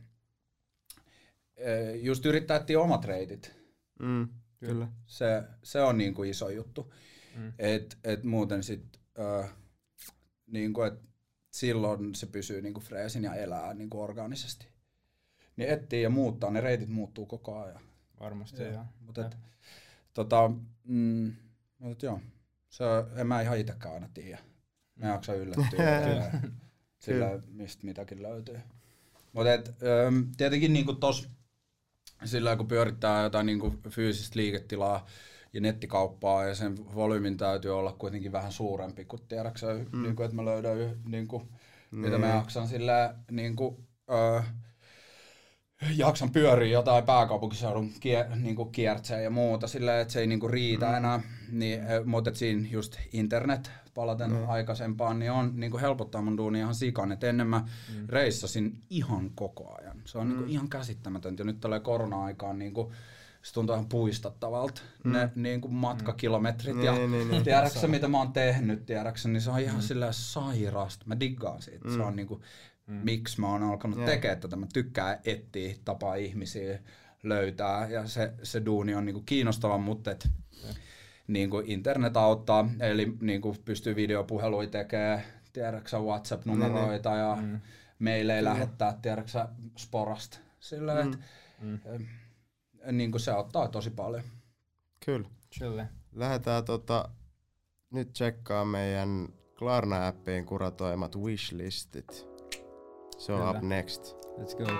just yrittää etsiä omat reitit. Mm, kyllä. Se, se on niinku iso juttu. Mm. Et, et muuten sit, äh, niinku, et silloin se pysyy niinku freesin ja elää niinku orgaanisesti. Niin etsii ja muuttaa, ne reitit muuttuu koko ajan. Varmasti, joo. Mut et, tota, mm, mut joo, se, en mä ihan itekään aina tiedä. Mä en jaksa yllättyä. Sillä mistä mitäkin löytyy. Mutta tietenkin niinku tos, sillä kun pyörittää jotain niinku fyysistä liiketilaa ja nettikauppaa ja sen volyymin täytyy olla kuitenkin vähän suurempi, kun tiedäksä, mm. niinku, että mä löydän niinku, mm. mitä mä jaksan sillä niinku, öö, jaksan pyöriä jotain pääkaupunkiseudun kier, niinku kiertseen ja muuta sillä, että se ei niinku riitä mm. enää, niin, mutta siinä just internet palaten mm. aikaisempaan, niin on niinku helpottaa mun duunia ihan sikan, että ennen mä mm. reissasin ihan koko ajan. Se on mm. niinku ihan käsittämätöntä ja nyt tällä korona-aikaan niinku, se tuntuu ihan puistattavalta, mm. ne niinku matkakilometrit mm. ja niin, niin, niin. Tiedäksä mitä mä oon tehnyt, tiedäksä, niin se on ihan mm. sillä sairaasta. Mä diggaan siitä, mm. se on niinku, mm. miksi mä oon alkanut yeah. tekemään tätä, mä tykkään etsiä tapaa ihmisiä löytää ja se, se duuni on niinku kiinnostava, mutta et, yeah. niinku internet auttaa, eli niinku pystyy videopuheluja tekemään, tiedäksä WhatsApp-numeroita ja mm. meille lähettää, tiedäksä sporasta, sillä mm. et, mm. niinku se auttaa tosi paljon. Kyllä. Kyllä. Lähdetään tota, nyt tsekkaa meidän Klarna-appiin kuratoimat wishlistit. Se on up next. Let's go.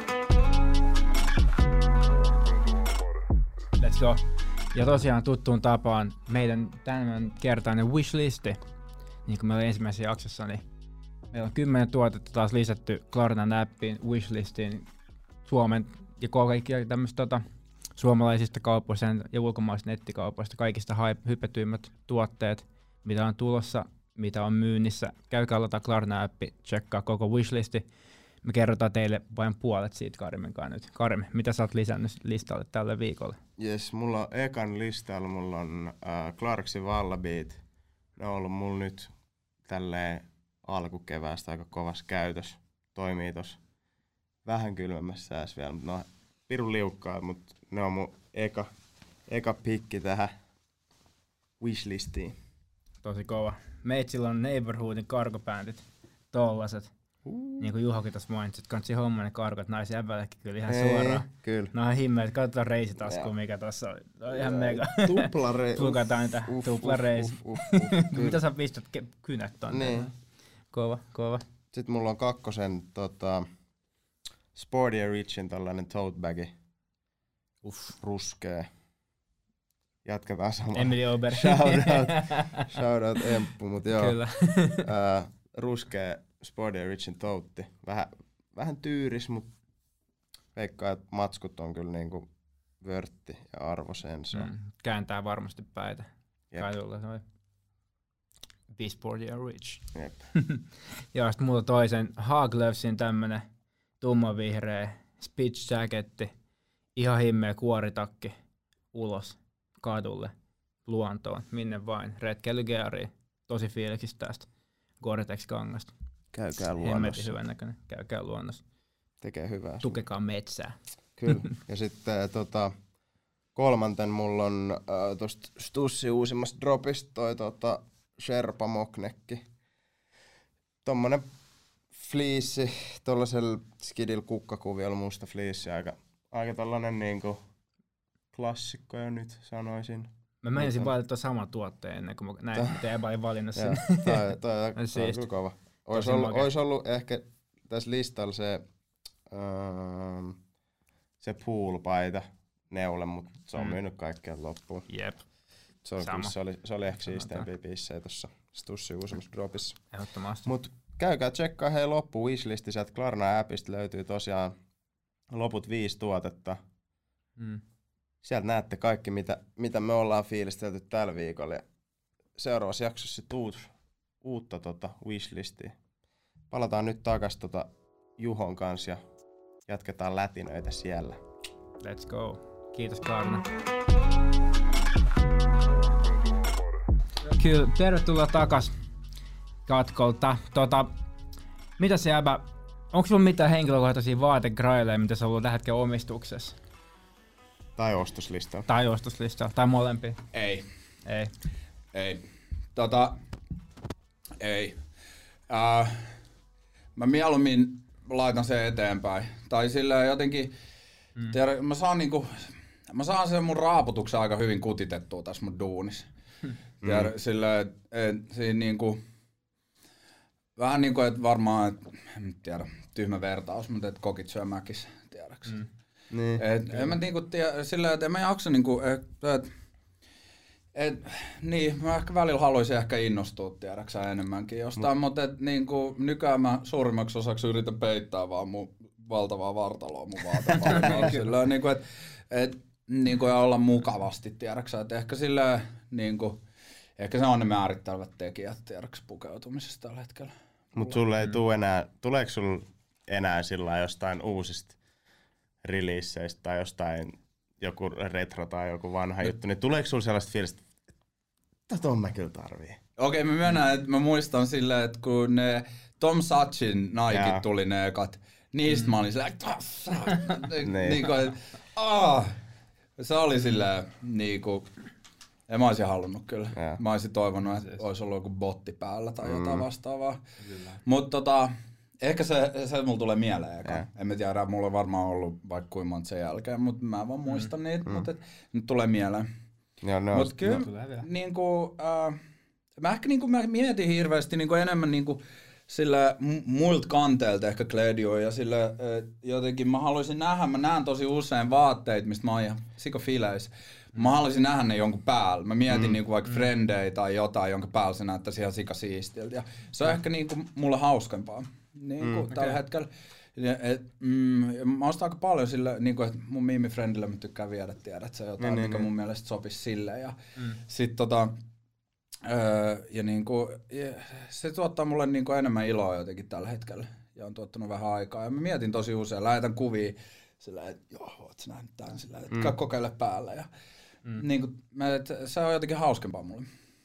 Let's go. Ja tosiaan tuttuun tapaan meidän tämän kertainen wishlisti. Niin kuin meillä ensimmäisessä jaksossa, niin meillä on kymmenen tuotetta taas lisätty Klarnan appiin wishlistiin Suomen ja kaikkia tämmöistä tota, suomalaisista kaupoista ja ulkomaisista nettikaupoista, kaikista hypetyimmät tuotteet, mitä on tulossa, mitä on myynnissä. Käykää lataa Klarna-appi, tsekkaa koko wishlisti. Me kerrotaan teille vain puolet siitä Karimin kanssa nyt. Karimi, mitä sä oot lisännyt listalle tälle viikolle? Jes, mulla on ekan listalla, mulla on äh, Clarksin Wallabeat. Ne on ollut mulla nyt tälleen alkukeväästä aika kovassa käytös. Toimii tossa vähän kylmemmässä säässä vielä, mutta ne on pirun liukkaa, mutta ne on mun eka, eka pikki tähän. wishlistiin. Tosi kova. Meitsillä on Neighborhoodin kargobändit, tollaset. Uh. Niin kuin Juhokin tuossa mainitsi, että kannattaa homma ne kargot naisen jäbällekin kyllä ihan Ei, suoraan. Kyllä. No on himmeet, katsotaan reisitaskuun, mikä tossa on. No, ihan mega. Tupla reisi. Tukataan niitä tupla reisi. Mitä sä pistät ke- kynät tonne? Niin. Kova, kova. Sitten mulla on kakkosen tota, Sporty and Richin tällainen tote bagi. Uff. Ruskee. Jatketaan samalla. Emily Ober. Shout out, shout out Emppu, mut joo. Kyllä. uh, ruskee Sporty and Richin toutti. Vähän, vähän tyyris, mut veikkaa, että matskut on kyllä niinku vörtti ja arvosensa. Mm, kääntää varmasti päitä. Kadulla noin. Be Sporty and Rich. Jep. Ja sit mulla toisen Haglovesin tämmönen tummanvihreä Spitz jacketti. Ihan himmeä kuoritakki ulos kadulle, luontoon, minne vain. Retkeilygeariin. Tosi fiiliksis tästä Gore-Tex-kangasta. Käykää luonnossa. Hemmetin hyvän näköinen. Käykää luonnossa. Tekee hyvää. Tukekaa metsää. Kyllä. Ja sitten tota, kolmanten mulla on äh, tosta Stussi uusimmasta dropista toi tota, Sherpa Moknekki. Tommonen fliissi, tollasella skidil kukkakuviolla musta fliissi. Aika, aika tollanen niinku klassikko jo nyt sanoisin. Mä menisin valita sama tuotteen ennen kuin mä näin, miten Eba oli valinnut sen. Toi, toi, toi on kyllä kova. Ois ollut, ois ollut ehkä tässä listalla se, ähm, se pool-paita neule, mutta se on mm. myynyt kaikkeen loppuun. Jep. Se, on kyllä, se, oli, se oli ehkä siisteempiä biissejä tuossa Stussi uusimmassa dropissa. Ehdottomasti. Mut käykää tsekkaa hei loppu wishlisti, sieltä Klarna-appista löytyy tosiaan loput viisi tuotetta. Mm. Sieltä näette kaikki, mitä, mitä me ollaan fiilistelty tällä viikolla. Ja seuraavassa jaksossa sit uut, uutta tota wishlistia. Palataan nyt takas tota Juhon kanssa ja jatketaan lätinöitä siellä. Let's go. Kiitos Klarna. Kyllä, tervetuloa takas katkolta. Tota, mitä se jäbä, onko sulla mitään henkilökohtaisia vaategraileja, mitä sä on ollut tällä hetkellä omistuksessa? Tai ostoslistalla. Tai ostoslistalla, tai molempia. Ei. Ei. Ei. Tota, ei. Äh, mä mieluummin laitan sen eteenpäin. Tai sillä jotenkin, mm. tiedä, mä saan niinku, mä saan sen mun raaputuksen aika hyvin kutitettua tässä mun duunissa. Mm. Tiedä, sillä et, et, siinä niinku, vähän niinku, että varmaan, et, en tiedä, tyhmä vertaus, mutta et kokit syö mäkis, tiedäks. Mm. Niin. Et, en mä niinku tiedä, sillä että en mä jaksa niinku, et, et, et, niin, mä ehkä välillä haluaisin ehkä innostua, tiedäksä enemmänkin jostain, mutta et, niinku, nykyään mä suurimmaksi osaksi yritän peittää vaan mun valtavaa vartaloa mun vaatevalinnoilla. Sillä niinku, et, et, niinku, ja olla mukavasti, tiedäksä, että ehkä sillä niinku, ehkä se on ne määrittelevät tekijät, tiedäksä, pukeutumisesta tällä hetkellä. Mut sulle ei mm. tuu enää, tuleeko sul enää sillä jostain uusista releaseista tai jostain joku retro tai joku vanha no. juttu, niin tuleeko sulla sellaista fiilistä, että ton mä kyllä tarvii? Okei, mä myönnän, että mä muistan silleen, että kun ne Tom Sachin Nike tuli ne ekat, niistä mm. mä olin silleen, niinku, että aah, se oli silleen niinku, en mä olisin halunnut kyllä. Ja. Mä olisin toivonut, että olisi ollut joku botti päällä tai mm. jotain vastaavaa. Mutta tota, ehkä se, se mulla tulee mieleen eka. En mä tiedä, mulla on varmaan ollut vaikka kuinka monta sen jälkeen, mutta mä vaan muistan mm. niitä, mm. mutta nyt tulee mieleen. Ja no, mut kyllä, no. niinku, äh, mä ehkä niinku, mä mietin hirveästi niinku enemmän niinku, sillä muilta kanteelta ehkä Gledio ja sillä äh, jotenkin mä haluaisin nähdä, mä näen tosi usein vaatteita, mistä mä oon ihan sikofileissä. Mä haluaisin nähdä ne jonkun päällä. Mä mietin mm. niinku vaikka mm. frendejä tai jotain, jonka päällä se näyttäisi ihan sikasiistiltä. Ja se on mm. ehkä niinku mulle hauskempaa niinku mm. tällä okay. hetkellä. Et, mm, mä ostan aika paljon sillä, niinku, että mun miimifrendillä mä tykkään viedä, tiedät sä jotain, mm, mikä mm. mun mielestä sopisi sille. Ja mm. sit tota, öö, ja niinku, ja se tuottaa mulle niinku enemmän iloa jotenkin tällä hetkellä. Ja on tuottanut vähän aikaa. Ja mä mietin tosi usein, lähetän kuvia sillä, että joo, oot sä nähnyt tän sillä, että mm. kokeile päällä. Ja, Mm. Niin kuin, et, se on jotenkin hauskempaa mulle.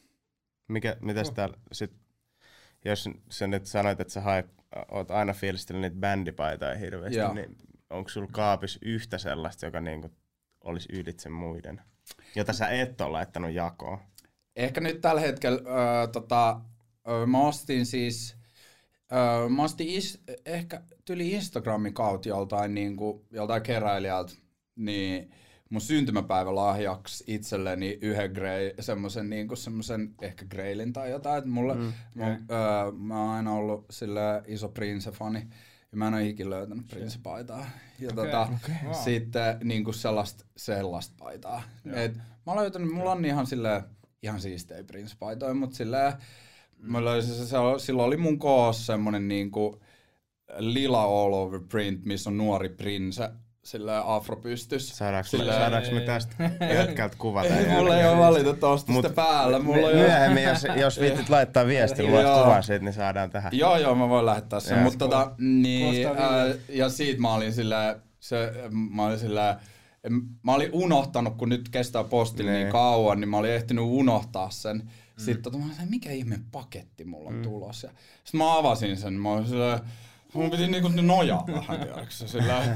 Mikä, mitäs oh. täällä sit, jos sä nyt sanoit, että sä haet, oot aina fiilistellyt niitä bändipaitoja hirveästi, Joo. niin onko sulla kaapissa yhtä sellaista, joka niinku olisi ylitse muiden, jota sä et ole laittanut jakoon? Ehkä nyt tällä hetkellä öö, tota, öö, mä ostin siis, öö, mä ostin is, ehkä tyli Instagramin kautta joltain, niinku, joltain keräilijältä, niin mun syntymäpäivälahjaksi itselleni yhden grey, semmosen niinku semmosen ehkä greilin tai jotain, että mulle, mm, mun, okay. öö, mä oon aina ollut sillä iso Prince-fani. Ja mä en ole ikinä löytänyt Prince-paitaa. Ja okay, tota, okay, wow. sitten niinku sellaista, sellaista paitaa. Et mä oon löytänyt, mulla on ihan silleen, ihan siistejä Prince-paitoja, mut silleen, mm. mä löysin, se, se, silloin oli mun koossa semmonen niinku lila all over print, missä on nuori Prince, silleen afropystys. Saadaanko, silleen, saadaanko me tästä hetkeltä kuvata? Mulla ei ole valitettavasti sitä päällä. Mulla me, myöhemmin, jos, jos viitit laittaa viestin, luot kuvan siitä, niin saadaan tähän. Joo, joo, mä voin lähettää sen. Mutta tota, niin, äh, ja siitä mä olin silleen, se, mä olin silleen, mä olin unohtanut, kun nyt kestää postilla niin. niin kauan, niin mä olin ehtinyt unohtaa sen. Mm. Sitten tota, mä olin, mikä ihme paketti mulla on mm. tulossa. Sitten mä avasin sen, mä olin silleen, mun piti niinku nojaa vähän, tiedäksä, sillä.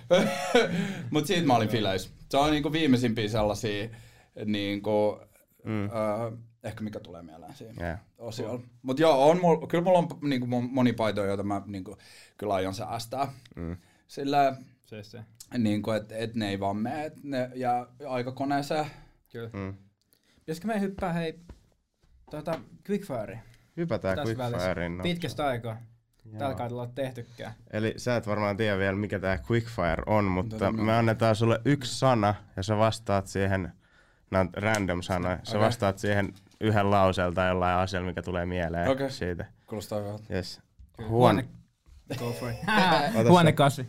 Mut siitä mä olin fileissä. Se on niinku viimeisimpiä sellaisia, niinku, mm. äh, ehkä mikä tulee mieleen siinä yeah. osiolla. Mut joo, on mul, kyllä mulla on niinku moni paitoja, joita mä niinku, kyllä aion säästää. Mm. Sillä, se, se. Niinku, et, et ne ei vaan mene, et ne jää aikakoneeseen. Kyllä. Mm. Pitäisikö me hyppää hei, tuota, Quickfireen? Hypätään Quickfireen. No. Pitkästä aikaa. Tällä kaudella on tehtykään. Eli sä et varmaan tiedä vielä, mikä tää Quickfire on, mutta Tätä me annetaan sulle yksi sana, ja sä vastaat siihen, nämä on random sanoja, sä okay. vastaat siihen yhden lauseella tai jollain asialla, mikä tulee mieleen okay. siitä. Kuulostaa hyvältä. Yes. Huone... Go for it. Huonekasvi.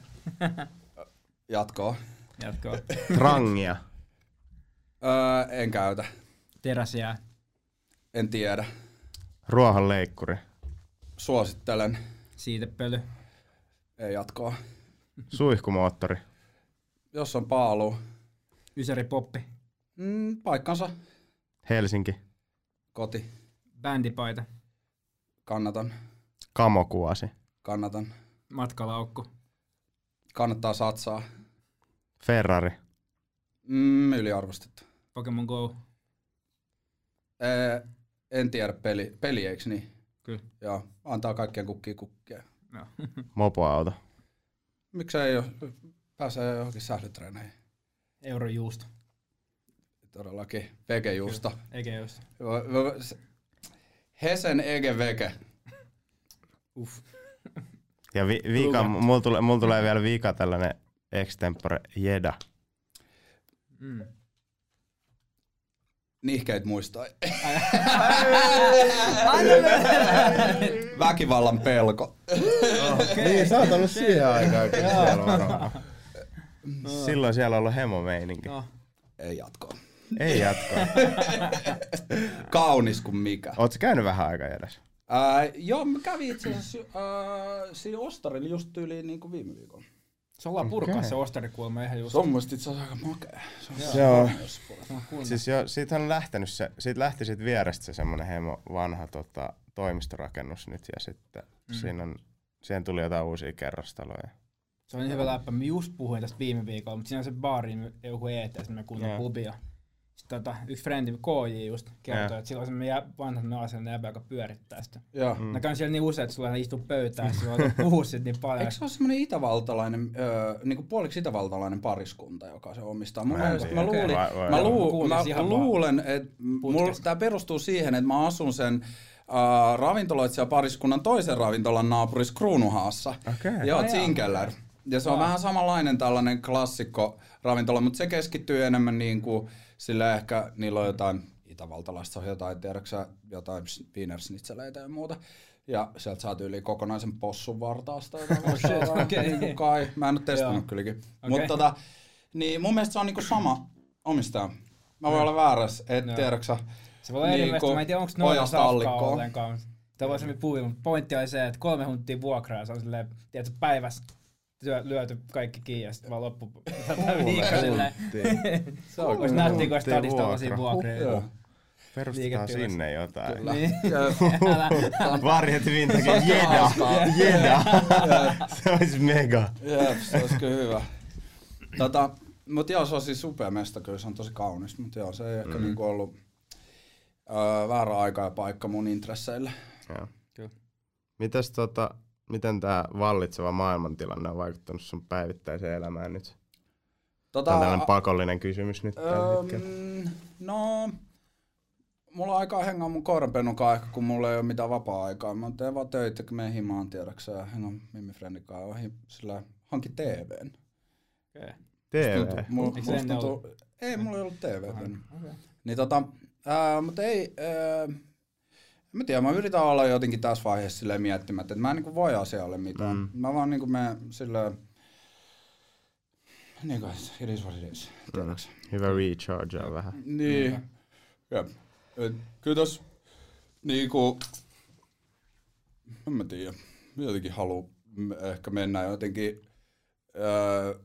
Jatkoa. Jatkoa. Trangia. öö, en käytä. Teräsjää. En tiedä. Ruohonleikkuri. Suosittelen. Siitepöly. Ei jatkoa. Suihkumoottori. Jos on paalu. Ysäripoppi. Mm, paikkansa. Helsinki. Koti. Bändipaita. Kannatan. Kamokuasi. Kannatan. Matkalaukku. Kannattaa satsaa. Ferrari. Mm, yliarvostettu. Pokemon Go. Ee, en tiedä peli. Peli eiks niin? Kyllä. Joo, antaa kaikkien kukkia kukkia. No. Mopoauto. Miksei ole, pääsee johonkin sählytreeneihin. Eurojuusto. Todellakin, vegejuusto. Egejuusto. Hesen ege vege. Uff. Ja vi, vika, mulla tulee, mul tulee vielä vika tällainen extempore jeda. Mm. Nihkeet muistaa. Väkivallan pelko. Okay. Niin, sä oot ollut siihen aikaan kyllä siellä varmaan. Silloin siellä on ollut hemomeininki. No. Ei jatkoa. Ei jatkoa. Kaunis kuin mikä. Oot sä käynyt vähän aikaa edes? Ää, joo, mä kävin itse asiassa äh, siinä Ostarilla just tyyliin niin kuin viime viikolla. Se ollaan purkaa okay. se Ostarikuolma ihan just. Se on musta itse asiassa aika makea. Se on. Joo. Siis jo, siitä on lähtenyt se, siitä lähti sit vierestä se semmonen hemo vanha tota, toimistorakennus nyt ja sitten mm. siinä on, siihen tuli jotain uusia kerrostaloja. Se on niin hyvä läppä. Mä just puhuin tästä viime viikolla, mutta siinä on se baarin joku eeteessä, me kuulemme pubia. Sitten tota, yksi frendi, K J just, kertoi, että sillä on semmoinen vanha naasellinen jäbä, joka pyörittää sitä. Mm. Mä käyn siellä niin usein, että sulla istuu pöytään ja sulla puhuu sit niin paljon. Eikö se ole semmoinen itävaltalainen, öö, niinku puoliksi itävaltalainen pariskunta, joka se omistaa? Mun mielestä mä, luulin, vai, vai, mä, luu, mä luulen, että tää perustuu siihen, että mä asun sen Uh, ravintoloitsija pariskunnan toisen ravintolan naapurissa Kruunuhaassa. Okay. Joo, Zinkeller. Ja se on wow. vähän samanlainen tällainen klassikko ravintola, mutta se keskittyy enemmän niin kuin sillä ehkä niillä on jotain itävaltalaista, jotain tiedäksä, jotain wienerschnitzeleitä ja muuta. Ja sieltä saa yli kokonaisen possun vartaasta. okay. Kai. Mä en ole testannut kylläkin. Okay. Mutta tota, niin mun mielestä se on niinku sama omistaja. Mä voin olla väärässä, et no. tiedäksä. Se voi olla eri mielestä, mä en tiedä onko noilla safkaa ollenkaan. Tämä voi semmoinen puhui, mutta pointti oli se, että kolme huntia vuokraa ja se on silleen, tiedätkö, päivässä lyöty kaikki kiinni ja sitten vaan loppu viikko silleen. Se on olisi nähtiin, kun stadista tällaisia vuokria. Perustetaan sinne jotain. Kyllä. Niin. Varjet Vintakin, jeda, jeda. Se olisi mega. Jep, se olisi kyllä hyvä. Tota, mutta joo, se on siis upea mesta, kyllä se on tosi kaunis, mutta joo, se ei ehkä mm. niinku ollut öö, väärä aika ja paikka mun intresseille. Joo. Kyllä. Mitäs tota, miten tää vallitseva maailmantilanne on vaikuttanut sun päivittäiseen elämään nyt? Tota, Tämä on tällainen pakollinen kysymys nyt tällä öö, hetkellä. No, mulla on aikaa hengaa mun koiranpennunkaan ehkä, kun mulla ei ole mitään vapaa-aikaa. Mä teen vaan töitä, kun menen himaan tiedäkseen ja hengaan Mimmi Friendikaan ohi sillä hankin T V:n. Okay. T V? Mulla, Eikö se musta ennen tuntuu, ei, mulla ei ollut T V. Okay. Niin tota, ää, mutta ei, ää, en mä tiedä, mä yritän olla jotenkin tässä vaiheessa silleen miettimättä, että mä en niinku voi asialle mitään. Mm. Mä vaan niinku menen silleen, niinku, it is what it is, tiedäksä. Hyvä recharge vähän. Niin, jep. Et, kyllä tos niinku, en mä tiedä, jotenkin haluu ehkä mennä jotenkin ää,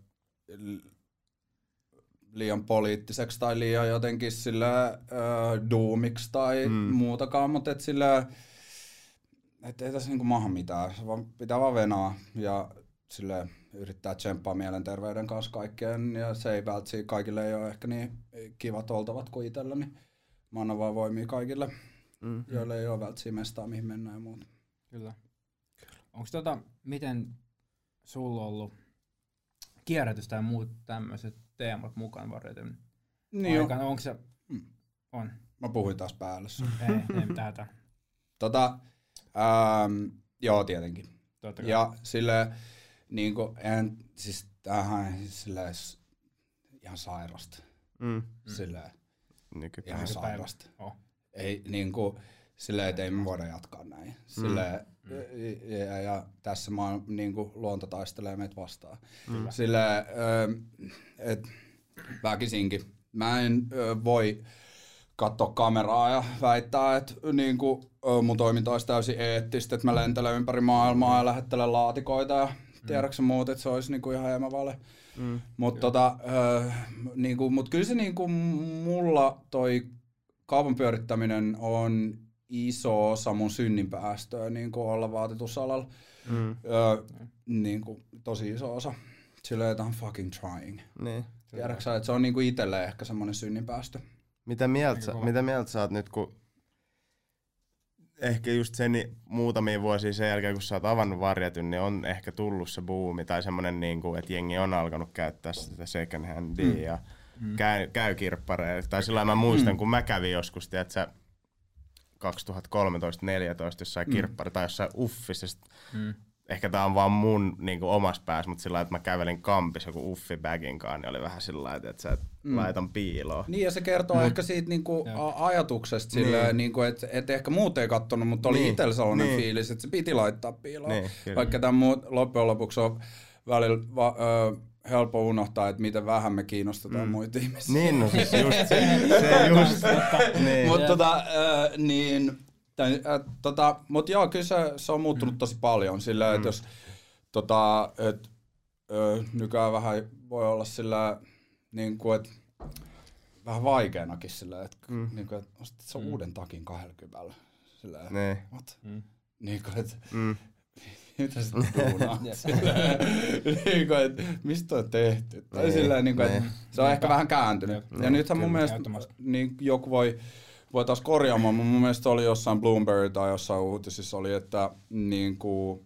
liian poliittiseksi tai liian jotenkin sillä äh, doomiksi tai mm. muutakaan, mutta et sillä et ei tässä niinku maha mitään, se vaan, pitää vaan venaa ja sillä yrittää tsemppaa mielenterveyden kanssa kaikkeen ja se ei välttämättä kaikille ei ole ehkä niin kivat oltavat kuin itsellä, niin mä annan vaan voimia kaikille, mm. joille ei ole välttämättä mestaa mihin mennään ja muuta. Kyllä. Onko tota, miten sulla on ollut kierrätystä ja muut tämmöiset teemat mukaan varjoitun niin aikana? Onko se? Mm. On. Mä puhuin taas päälle. ei, ei mitään hätää. Tota, ähm, joo tietenkin. Totta kai. Ja sille niinku en siis tähän sille ihan sairasta. Mm. Sille Nykypäivä. ihan sairasta. Oh. Ei niinku sille että ei me voida jatkaa näin. Sille Mm. ja, ja tässä maa niinku luonto taistelee meitä vastaan. Mm. Sille ö, et väkisinkin mä en ö, voi katsoa kameraa ja väittää, että niinku, mun toiminta olisi täysin eettistä, että mä lentelen ympäri maailmaa ja lähettelen laatikoita ja mm. tiedäksä muut, että se olisi niinku ihan emävale. Mm. Mutta tota, niinku, mut kyllä se niinku mulla toi kaupan pyörittäminen on iso osa mun synninpäästöä niinku olla vaatetusalalla. Mm. Öö, niinku, tosi iso osa. Silleen, että I'm fucking trying. Niin. Tiedäksä, että se on niinku itselle ehkä semmonen synninpäästö. Mitä mieltä, sä, mitä mieltä sä oot nyt, kun ehkä just sen muutamia vuosia sen jälkeen, kun sä oot avannut Varjetyn, niin on ehkä tullut se buumi tai semmonen, niin kuin, että jengi on alkanut käyttää sitä second handia mm. ja mm. käy, käy kirppareilla. Tai sillä mä muistan, mm. kun mä kävin joskus, tiedätkö, kaksituhattakolmetoista neljätoista jossain mm. kirppari tai jossain uffissa. Mm. Ehkä tää on vaan mun niin kuin, omassa päässä, mutta sillä lailla, että mä kävelin kampissa joku uffibagin kanssa, niin oli vähän sillä lailla, että sä mm. laitan piiloon. Niin, ja se kertoo mm. ehkä siitä niinku a- ajatuksesta, silleen, niin. niinku, että et ehkä muut ei kattonut, mutta oli niin. itsellä sellainen niin. fiilis, että se piti laittaa piiloon. Niin, vaikka tämä muut loppujen lopuksi on välillä va- ö, helppo unohtaa, että miten vähän me kiinnostetaan mm. muita ihmisiä. Niin, no siis just se, se just. niin. Mutta tota, äh, niin... Äh, tota, mut joo, kyllä se, se on muuttunut tosi paljon silleen, että mm. jos tota, et, ö, nykyään vähän voi olla sillä niinku, et vähän vaikeanakin silleen, että mm. niinku, et ostit sä mm. uuden takin kahdellakymmenellä silleen, nee. what? Mm. Niinku, et mm. mitä sä tuunaat silleen, niinku, et mistä on tehty? Tai nee. silleen, niinku, et se on ehkä vähän kääntynyt. Ja nee. nythän mun mielestä niin, joku voi Voi taas korjaamaan, mutta mun mielestä oli jossain Bloomberg tai jossain uutisissa oli, että niin kuin,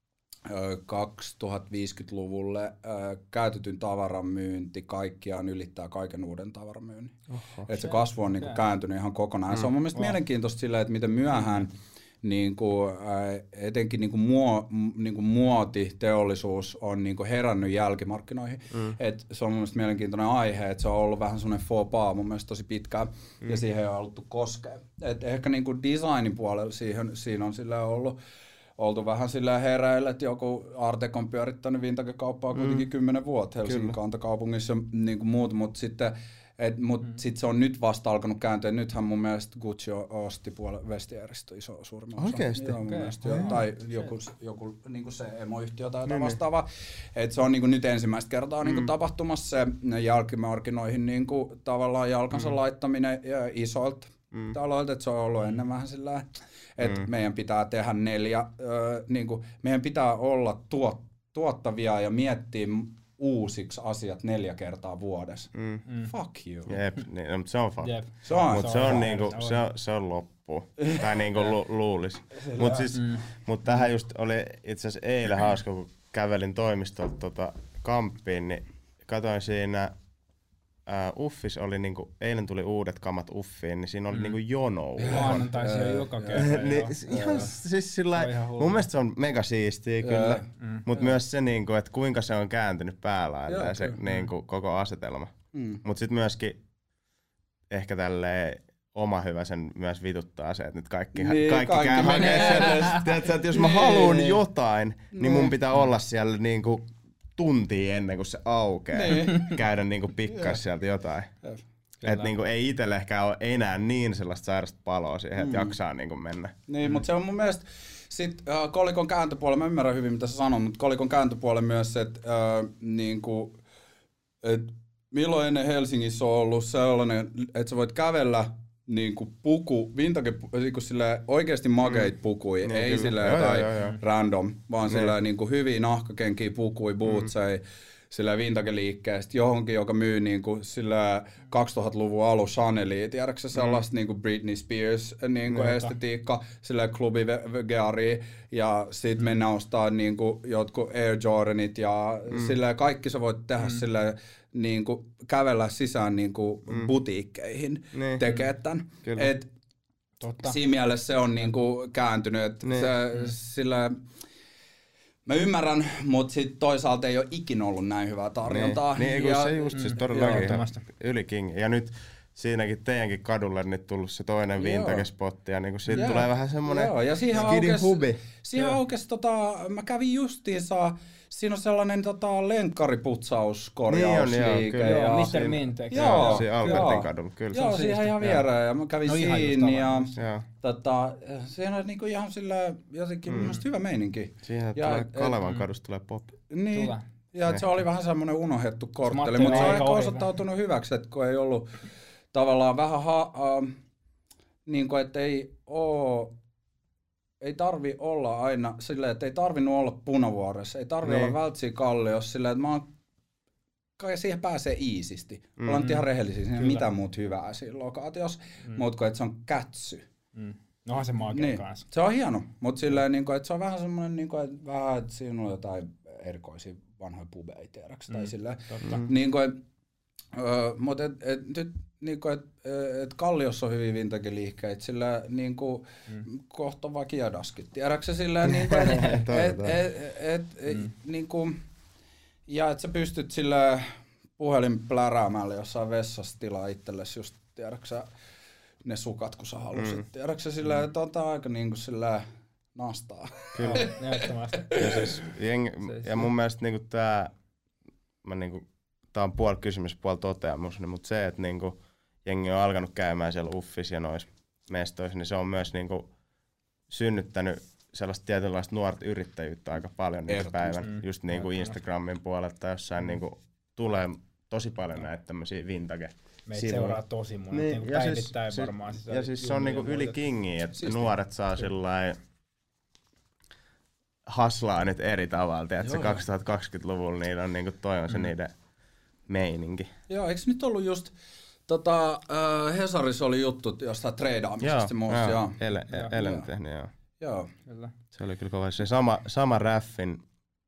kaksituhattaviisikymmentäluvulle äh, käytetyn tavaran myynti kaikkiaan ylittää kaiken uuden tavaran myynnin. Että se kasvu on niin kuin, kääntynyt ihan kokonaan. Mm. Se on mun mielestä wow. mielenkiintoista silleen, että miten myöhään niin kuin, äh, etenkin niin kuin muo, niin kuin muotiteollisuus on niin kuin herännyt jälkimarkkinoihin. Mm. Et se on mun mielestä mielenkiintoinen aihe, että se on ollut vähän semmoinen faux pas mun mielestä tosi pitkään mm. ja siihen ei ole haluttu koskea. Et ehkä niin kuin designin puolella siihen, siinä on sillä ollut oltu vähän sillä hereillä, että joku Artek on pyörittänyt vintage-kauppaa mm. kuitenkin kymmenen vuotta Helsingin kantakaupungissa ja niin kuin muut, mutta sitten Et, mut mm. sit se on nyt vasta alkanut kääntyä. Nythän mun mielestä Gucci osti puolen Vestieristä iso suurimman osa. Oikeesti? Joo, mun okay. mielestä, jo, tai joku, joku niinku se emoyhtiö tai jotain vastaavaa. Et se on niinku nyt ensimmäistä kertaa mm. niinku tapahtumassa se jälkimarkkinoihin niinku tavallaan jalkansa mm. laittaminen isolta mm. taloilta. Et se on ollut ennen vähän sillä, että mm. meidän pitää tehdä neljä, ö, niinku, meidän pitää olla tuot, tuottavia ja miettiä uusiksi asiat neljä kertaa vuodessa. Mm. Mm. Fuck you. Jep, niin, no, mutta se on fakta. Jep. Se on, Mutta se on niinku, se on, se on loppu. Tai niinku lu, luulis. Mut siis, Mm. mut tähän just oli itse asiassa eilen hauska, kun kävelin toimistolta tota kamppiin, niin katoin siinä Uh, Uffis oli niinku, eilen tuli uudet kamat Uffiin, niin siinä oli mm. niinku jono. Maanantaisia on joka kerta. niin, ihan siis sillä mun mielestä se on mega siistiä kyllä, mm. mutta myös se niinku, että kuinka se on kääntynyt päällä se niinku, koko asetelma. Mm. Mut sit myöskin ehkä tälleen oma hyvä sen myös vituttaa se, että nyt kaikki, niin, kaikki, kaikki käy hakemaan. Tiedätkö, että jos mä haluun niin. jotain, niin, niin mun pitää olla siellä niinku tuntia ennen kuin se aukeaa, niin. käydä niinku pikkas sieltä jotain. Että niinku ei itselle ehkä ole enää niin sellaista sairasta paloa siihen, että mm. jaksaa niinku mennä. Niin, mm. mutta se on mun mielestä sit äh, kolikon kääntöpuolella, mä ymmärrän hyvin mitä sä sanot, mutta kolikon kääntöpuolella myös se, että äh, niinku, et milloin ennen Helsingissä on ollut sellainen, että sä voit kävellä niinku puku, vintage, niinku sillä oikeesti makeit pukui, mm. ei niin, sillä jotain joo, joo, joo. random, vaan niin. Sillä niinku hyviä nahkakenkiä pukui, bootsei, mm. sillä vintage-liikkeestä johonkin, joka myy niinku sillä kaksituhattaluvun alun Chanelia, tiedätkö sä sellaista mm. niinku Britney Spears niinku mm. estetiikka, sillä klubi Vegaari, ja sit mm. mennään ostaa niinku jotkut Air Jordanit, ja mm. sillä kaikki sä voit tehdä mm. sillä niinku kävellä sisään niinku mm. butiikkeihin niin. tekee tän. Et Totta. Siinä mielessä se on niinku kääntynyt, että niin. se, mm. sillä mä ymmärrän, mutta sit toisaalta ei ole ikinä ollut näin hyvää tarjontaa. Niin, niin ja, se just siis todellakin ihan yli king. Ja nyt siinäkin teidänkin kadulle nyt tullut se toinen vintage-spotti ja niinku siitä tulee vähän semmonen skidi-hubi. Siihen aukesi tota, mä kävin justiinsa, siinä on sellainen tota, lenkkariputsauskorjausliike. Niin joo, mister Mintek. Joo, siinä Albertin kadulla, kyllä. Joo, siihen ihan viereen ja mä kävin no, siinä ja tota, siinä on niinku ihan sillä jotenkin mm. mielestäni hyvä meininki. Siihen ja, tulee Kalevan mm. kadusta tulee pop. Niin, Tule. ja eh. se oli vähän semmoinen unohdettu kortteli, mutta se on ehkä osoittautunut hyväksi, että kun ei ollut tavallaan vähän ha, uh, niin kuin, että ei oo ei tarvi olla aina silleen, että ei tarvinnut olla Punavuoressa, ei tarvi niin. olla Vältsiä Kalliossa silleen, että mä oon, kai siihen pääsee iisisti. Mm-hmm. Ollaan nyt ihan rehellisiä, siinä ei mitään muuta hyvää siinä lokaatiossa, mm. mutta kun, että se on kätsy. Mm. Nohan se maagin niin. kanssa. Se on hieno, mutta silleen, niin kuin, että se on vähän semmoinen, niin kuin, että, vähän, että siinä on jotain erikoisia vanhoja pubeja, tiedäks, mm. tai silleen. Mm. Niin kuin, öö, mutta et, et, nyt niinku, että et Kalliossa on hyvin vintage-liikkeitä, sillä niinku, mm. kohta on vaan kiadaskit. Tiedätkö sillä niinku, et, et, et, et, mm. niinku, ja että sä pystyt sillä puhelin pläräämällä jossain vessassa tilaa itsellesi just, tiedätkö sä, ne sukat, kun sä halusit. Mm. Tiedätkö sä sillä, että mm. on aika niinku sillä nastaa. Kyllä. ja, siis, jeng, ja mun mielestä niinku tää, mä niinku, tää on puoli kysymys, puoli toteamus, mutta se, että niinku jengi on alkanut käymään siellä Uffissa ja noissa mestoissa, niin se on myös niinku synnyttänyt sellaista tietynlaista nuorta yrittäjyyttä aika paljon nykypäivän. Mm. Just niinku Instagramin puolelta jossain mm. niinku tulee tosi paljon näitä tämmösiä vintage. Meitä seuraa tosi monet, niin, niinku päivittäin siis, varmaan. Siis, ja siis se on niinku yli kingiä, että siis nuoret saa sillain haslaa nyt eri tavalla, että se kaksituhattakaksikymmentäluvulla niillä on niinku toi on se mm. niiden meininki. Joo, eikö nyt ollut just tota, äh, Hesarissa oli juttu jostain treidaamisesta muusta. Joo, joo. Ele, joo. Ellen tehnyt, joo. Joo. Kyllä. Se oli kyllä kova. Se sama, sama räffin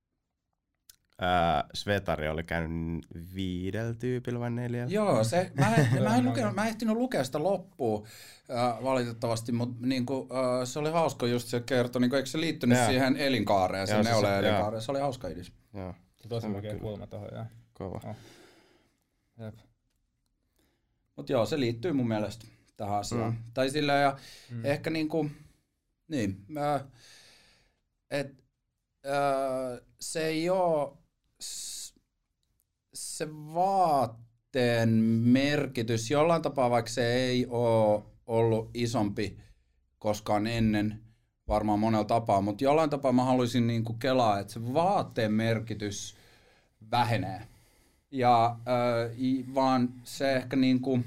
ää, Svetari oli käynyt viidellä tyypillä vai neljällä. Joo, se, mä, en, mä, en lukenut, mä en ehtinyt lukea sitä loppuun äh, valitettavasti, mutta niinku, äh, se oli hauska just se kertoi, niinku, eikö se liittynyt ja. siihen elinkaareen, sen neule-elinkaareen, se oli hauska idis. Joo. Se tosi oikein kulma tohon, joo. Kova. Oh. Jep. Mut joo, se liittyy mun mielestä tähän asiaan. Mm. Tai sillä ja mm. ehkä niinku, niin, äh, et äh, se ei oo, se vaatteen merkitys jollain tapaa, vaikka se ei oo ollut isompi koskaan ennen, varmaan monella tapaa, mutta jollain tapaa mä haluaisin niinku kelaa, että se vaatteen merkitys vähenee. Ja äh, vaan se ehkä niinku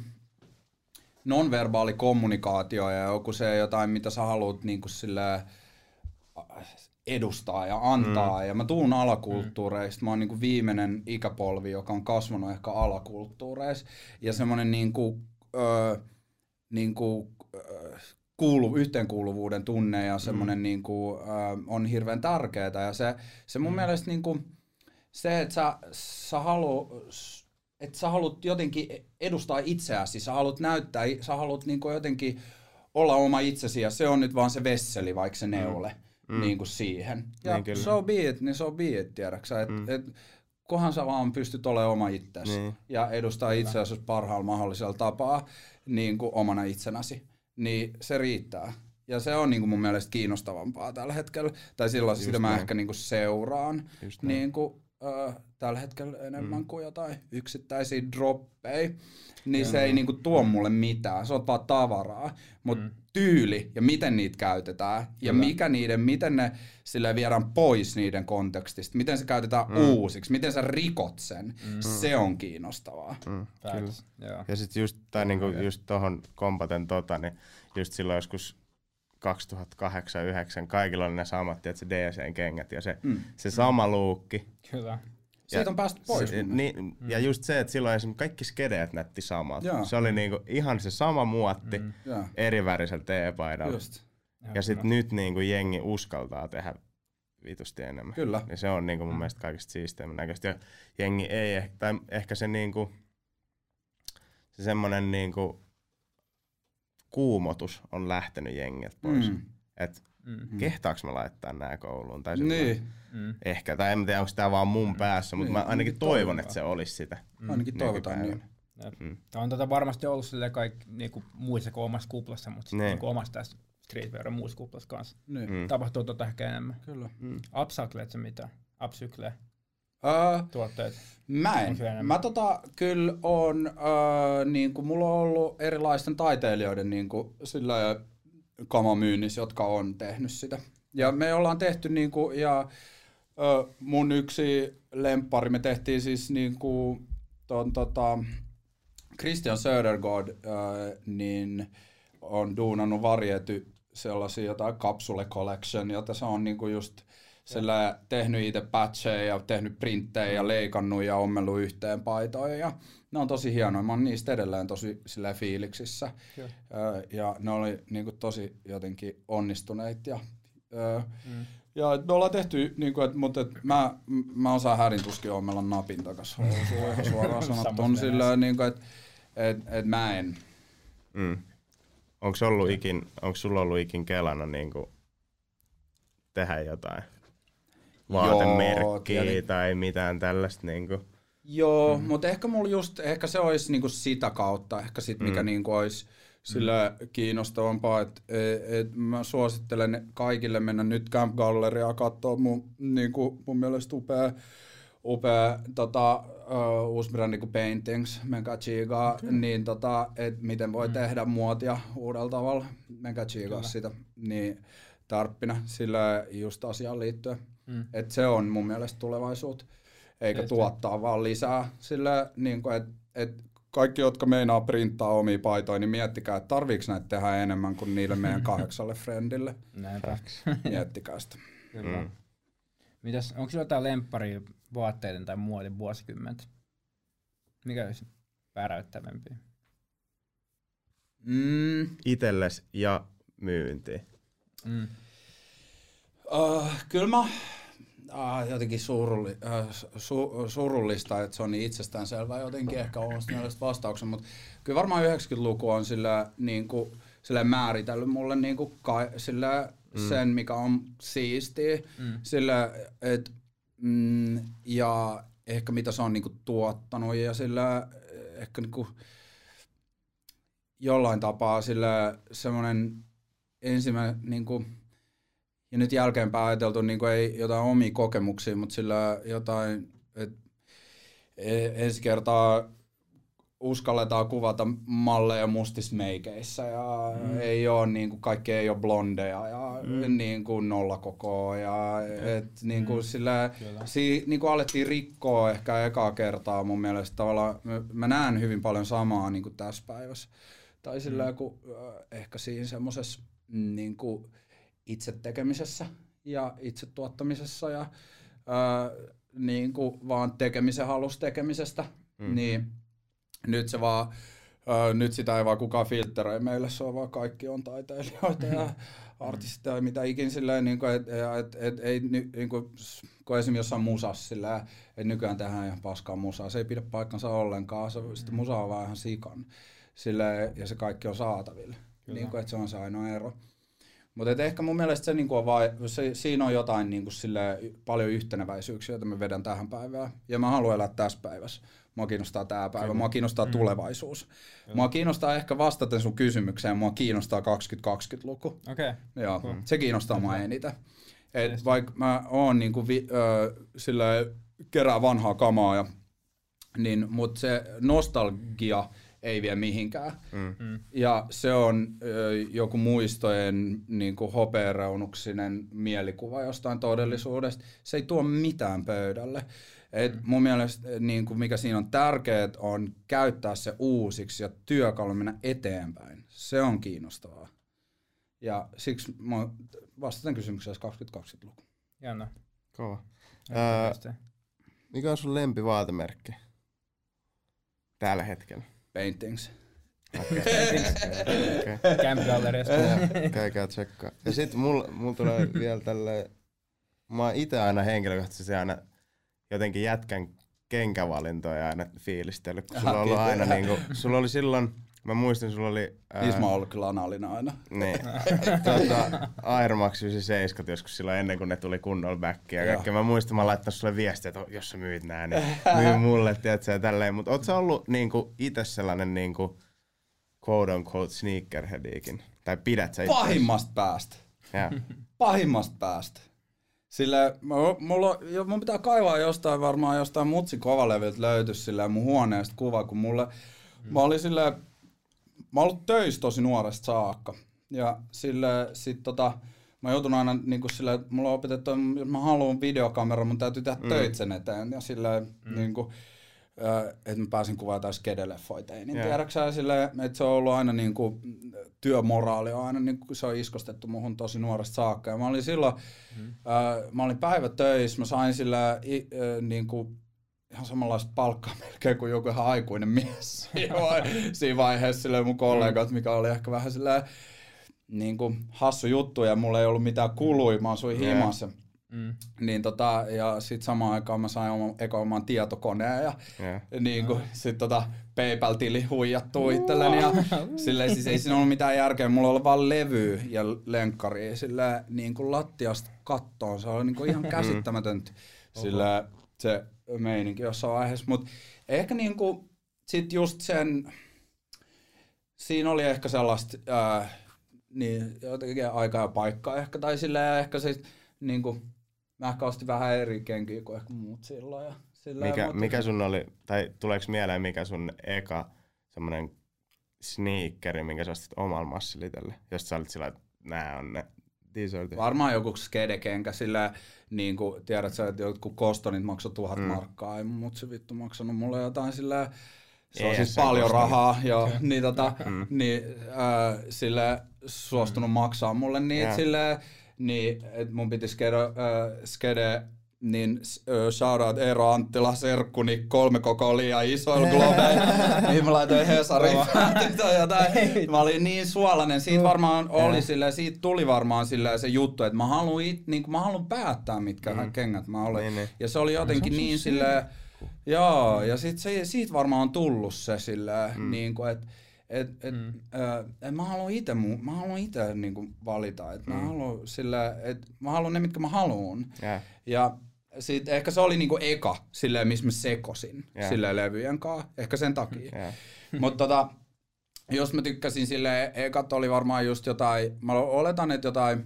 nonverbaali kommunikaatio ja joku se jotain, mitä sä haluat niinku sillä edustaa ja antaa. Mm. Ja mä tuun alakulttuureista. Mä oon niinku viimeinen ikäpolvi, joka on kasvanut ehkä alakulttuureissa. Ja semmonen niinku, öö, niinku, öö, kuulu, yhteenkuuluvuuden tunne ja semmonen mm. niinku, öö, on hirveän tärkeetä. Ja se, se mun mm. mielestä niinku, se, että sä, sä halu, että sä haluat jotenkin edustaa itseäsi, sä haluat näyttää, sä haluat niinku jotenkin olla oma itsesi ja se on nyt vaan se vesseli, vaikka se neule mm. niinku siihen. Ja niin so be it, niin so be it, tiedäksä, että mm. et, kunhan sä vaan pystyt olemaan oma itsesi niin. ja edustaa itseäsi parhaalla mahdollisella tapaa niinku omana itsenäsi, niin se riittää. Ja se on niinku mun mielestä kiinnostavampaa tällä hetkellä, tai silloin sitä mä ehkä niinku seuraan niinku, äh, tällä hetkellä enemmän mm. kuin jotain yksittäisiä droppeja, niin ja se no. ei niinku tuo mulle mitään, se on vaan tavaraa, mutta mm. tyyli ja miten niitä käytetään ja Kyllä. mikä niiden, miten ne sille viedään pois niiden kontekstista, miten se käytetään mm. uusiksi, miten sä rikot sen, mm. se on kiinnostavaa. Mm. Kyllä. Ja sitten just, tai niinku, just tohon kompaten tota, niin just silloin joskus kaksituhattakahdeksan yhdeksän kaikilla oli ne samat, että se D C-kengät ja se, mm. se sama luukki. Kyllä. Siitä on päästy pois. Se, ni, mm. Ja just se, että silloin esimerkiksi kaikki skedeet näytti samalta. Joo. Se oli niinku ihan se sama muotti mm. eri värisellä T-paidalla. Just. Ja sitten nyt niinku jengi uskaltaa tehdä vitusti enemmän. Kyllä. Ja se on niinku mun mm. mielestä kaikista siisteimmän näköistä. Ja jengi ei ehkä, tai ehkä se niinku, se semmonen niinku kuumotus on lähtenyt jengiltä pois. Mm. Et mm. kehtaaks mä laittaa nää kouluun? Tai niin. Mm. Ehkä, tai en tiedä, onko tää vaan mun päässä, mutta niin. mä ainakin toivon, toivon, että se olisi sitä. Mm. Ainakin toivotaan niin. Mm. Tämä on tota varmasti ollut silleen kaikki niinku muissa kuin omassa kuplassa, mutta sitten niinku omassa tässä streetwear ja muussa kuplassa kanssa. Niin. Tapahtuu tota ehkä enemmän. Kyllä. Mm. Upcycleet se mitä? Upcycle Uh, tuotteet? Mä en. Mä tota kyllä on, uh, niinku, mulla on ollut erilaisten taiteilijoiden niinku, sillä kamamyynnissä, jotka on tehnyt sitä. Ja me ollaan tehty niinku, ja uh, mun yksi lemppari, me tehtiin siis niinku, ton, tota, Christian Södergaard, uh, niin on duunannut varjety sellaisia jotain capsule collection, jota se on niinku just sillä tehnyt itse patcheja ja tehnyt printtejä ja leikannut ja ommellut yhteen paitoja. Ja ne on tosi hienoja. Mä oon niistä edelleen tosi sillä fiiliksissä. Ja, ja ne oli niinku tosi jotenkin onnistuneet. Ja, mm. ja me ollaan tehty, niinku, et, mutta et mä, mä osaan härintuskin ommella napin takas. Ihan suoraan sanottuna sillä, niinku, että et, et mä en. Mm. Onko sulla ollut ikin kelana niinku tehdä jotain vaatemerkkiä Joo, tai mitään tällaista niinku? Joo, mm. mutta ehkä mulla just, ehkä se olisi niinku sitä kautta, ehkä sit mikä mm. niinku olisi sillä mm. kiinnostavampaa, että et mä suosittelen kaikille mennä nyt Camp Galleria katsoa mun, niinku, mun mielestä upea, upea tota, uh, uusi brändi kuin Paintings, menkää chiigaa, okay. niin tota, et miten voi mm. tehdä muotia uudella tavalla, menkää chiigaa sitä, niin tarppina sillä just asiaan liittyen. Mm. Et se on mun mielestä tulevaisuutta, eikä Teistä. tuottaa vaan lisää. Sillä niin et, et kaikki, jotka meinaa printtaa omia paitoja, niin miettikää, että tarviiko näitä tehdä enemmän kuin niille meidän kahdeksalle friendille. Näinpä. Miettikää sitä. Kyllä. Mm. Mitäs, onko sinulla jotain lempparia vaatteiden tai muodin vuosikymmentä? Mikä olisi päräyttävämpi? Mm. Itelles ja myyntiin. Mm. Uh, kyllä mä uh, jotenkin surulli, uh, su, surullista, että se on niin itsestäänselvää jotenkin ehkä omasta mielestä vastauksen, mutta kyllä varmaan yhdeksänkymmentäluku on sillä, niin kuin, sillä määritellyt mulle niin kuin, ka, sillä mm. sen, mikä on siistiä, mm. sillä, et, mm, ja ehkä mitä se on niin kuin, tuottanut ja sillä ehkä niin kuin, jollain tapaa sillä semmoinen ensimmäinen niin kuin, ja nyt jälkeenpäin ajateltu niin kuin ei jotain omia kokemuksia, mutta sillä jotain, että ensi kertaa uskalletaan kuvata malleja mustissa meikeissä ja mm. ei ole, niin kuin, kaikki ei ole blondeja ja mm. niin kuin nollakokoa ja et, niin kuin, mm. sillä, si, niin kuin alettiin rikkoa ehkä ekaa kertaa mun mielestä tavallaan, mä, mä näen hyvin paljon samaa niin kuin tässä päivässä. Tai sillä mm. kun, äh, ehkä siinä semmosessa niin kuin itse tekemisessä ja itse tuottamisessa ja öö, niin kuin vaan tekemisen halus tekemisestä, mm. niin nyt se vaan, öö, nyt sitä ei vaan kukaan filtteröi meille, se on vaan kaikki on taiteilijoita ja artisteja ja mitä ikin silleen, niin kuin, et, et, et, ei, niin kuin, kun esimerkiksi jossain musassa silleen, että nykyään tehdään ihan paskaa musaa, se ei pidä paikkansa ollenkaan, se, mm. sitten musa on vaan ihan sikan silleen, ja se kaikki on saatavilla, niin kuin, että se on se ainoa ero. Mutta ehkä mun mielestä se, niinku on vai, se, siinä on jotain niinku sille, paljon yhteneväisyyksiä, joita mä vedän tähän päivään. Ja mä haluan elää tässä päivässä. Mua kiinnostaa tää päivä, Kyllä. mua kiinnostaa mm. tulevaisuus. Kyllä. Mua kiinnostaa ehkä vastaten sun kysymykseen, mua kiinnostaa kaksituhattakaksikymmentäluku. Okay. Joo, cool. Se kiinnostaa mua eniten. Et vaikka mä oon niinku vi, ö, sille, kerää vanhaa kamaa, ja, niin, mut se nostalgia ei vie mihinkään. Mm. Ja se on ö, joku muistojen niin kuin hopeareunuksinen mielikuva jostain todellisuudesta. Se ei tuo mitään pöydälle. Et mm. mun mielestä niin kuin mikä siinä on tärkeää on käyttää se uusiksi ja työkalu mennä eteenpäin. Se on kiinnostavaa. Ja siksi mä vastaten kysymykseen kaksituhattakaksikymmentäluku. Jännä. Kova. Ää, mikä on sun lempivaatemerkki tällä hetkellä? Paintings. Okei. Okay. Camp Gallerysta. Käykää tsekkaa. Ja sit mulla mul tulee vielä tälleen, mä oon ite aina henkilökohtaisesti aina jotenkin jätkän kenkävalintoja aina fiilistellyt, kun sulla on ollut aina niinku, sulla oli silloin, mä muistin sulla oli... Ää, Niissä mä oon ollut kyllä analina aina. Niin. Tuota, Air Max yhdeksänkymmentäseitsemän joskus silloin ennen kuin ne tuli kunnolla backia ja kaikkea. Mä muistin, mä oon laittanut sulle viestiä, että jos sä myyt nää, niin myy mulle, tiedätkö, ja tälleen. Mut oot sä ollut niinku ite sellainen niinku quote on quote sneakerheadiikin? Tai pidät sä itse? Pahimmasta päästä. Yeah. Pahimmasta päästä. Sillä mulla, mun pitää kaivaa jostain varmaan jostain Mutsin kovalevyltä löytyisi sillä mun huoneesta kuva, kun mulle, mm. mä olin sillä, mä oon ollut töissä tosi nuoresta saakka. Ja sillä sit tota, mä joutun aina niinku sillä, mulla on opetettu, jos mä haluan videokameran, mun täytyy tehdä mm. töitä sen eteen. Ja sillä mm. niinku, että mä pääsin kuvaamaan jotain skedeleffoja tein. Yeah. Tiedäksä sillä, että se on ollut aina niinku, työmoraali on aina niinku, se on iskostettu muhun tosi nuoresta saakka. Ja mä olin silloin, mm. äh, mä olin päivätöissä, mä sain sillä i, äh, niinku, ihan samanlaista palkkaa melkein kuin joku ihan aikuinen mies siinä vaiheessa sillä mun kollegat, mikä oli ehkä vähän sillä niinku, hassu juttu ja mulla ei ollut mitään kului, mä asuin yeah. himassa. Mm. Niin tota, ja sit samaan aikaan mä sain oman, eka oman tietokoneen ja yeah. niinku, mm. sit tota PayPal-tili huijattua itselleni ja silleen siis ei siinä ollut mitään järkeä, mulla oli vaan levy ja lenkkari silleen niinku lattiasta kattoon, se oli niinku ihan käsittämätöntä silleen se meininki jossain vaiheessa, mut ehkä niinku sit just sen, siinä oli ehkä sellaista ää, niin jotenkin aikaa ja paikkaa ehkä, tai silleen ehkä sit niinku mä ehkä ostin vähän eri kenkiä kuin ehkä muut silloin. Ja mikä, mutta... mikä sun oli, tai tuleeko mieleen mikä sun eka semmonen sneakeri, minkä sä ostit omalla massilitelle? Jos sä olit sillä, että nää on ne t-shirtit. Varmaan joku skedekenkä, sillä niin kuin tiedät sä, että jotkut Kostonit maksoi tuhat mm. markkaa, ei mut se vittu maksanut mulle jotain sillä, se on siis paljon Kostonit. Rahaa, joo, okay. niin, tota, mm. niin äh, sillä suostunut mm. maksaa mulle, niin yeah. sillä niin, että mun piti skede, äh, skede niin äh, shoutout Eero Anttila, serkkuni, kolme koko liian isoilla globeilla. Niin mä laitoin Hesarin tai jotain. Mä olin niin suolainen, siitä varmaan oli silleen, siitä tuli varmaan silleen se juttu, että mä haluan, it, niin mä haluan päättää mitkä mm. kengät mä olen. Niin, niin. Ja se oli jotenkin no, se niin silleen, joo, ja sit se, siitä varmaan on tullut se silleen, mm. niin kuin, että Et, et, mm. äh, mä haluan ite mä haluan ite niinku valita, että mm. mä haluan sillä, et mä haluan ne mitkä mä haluan. Yeah. Ja sit ehkä se oli niinku eka silleen missä mä sekosin yeah. silleen levyjen kanssa, ehkä sen takia. Yeah. Mut tota jos mä tykkäsin silleen, ekat oli varmaan just jotain, mä oletan että jotain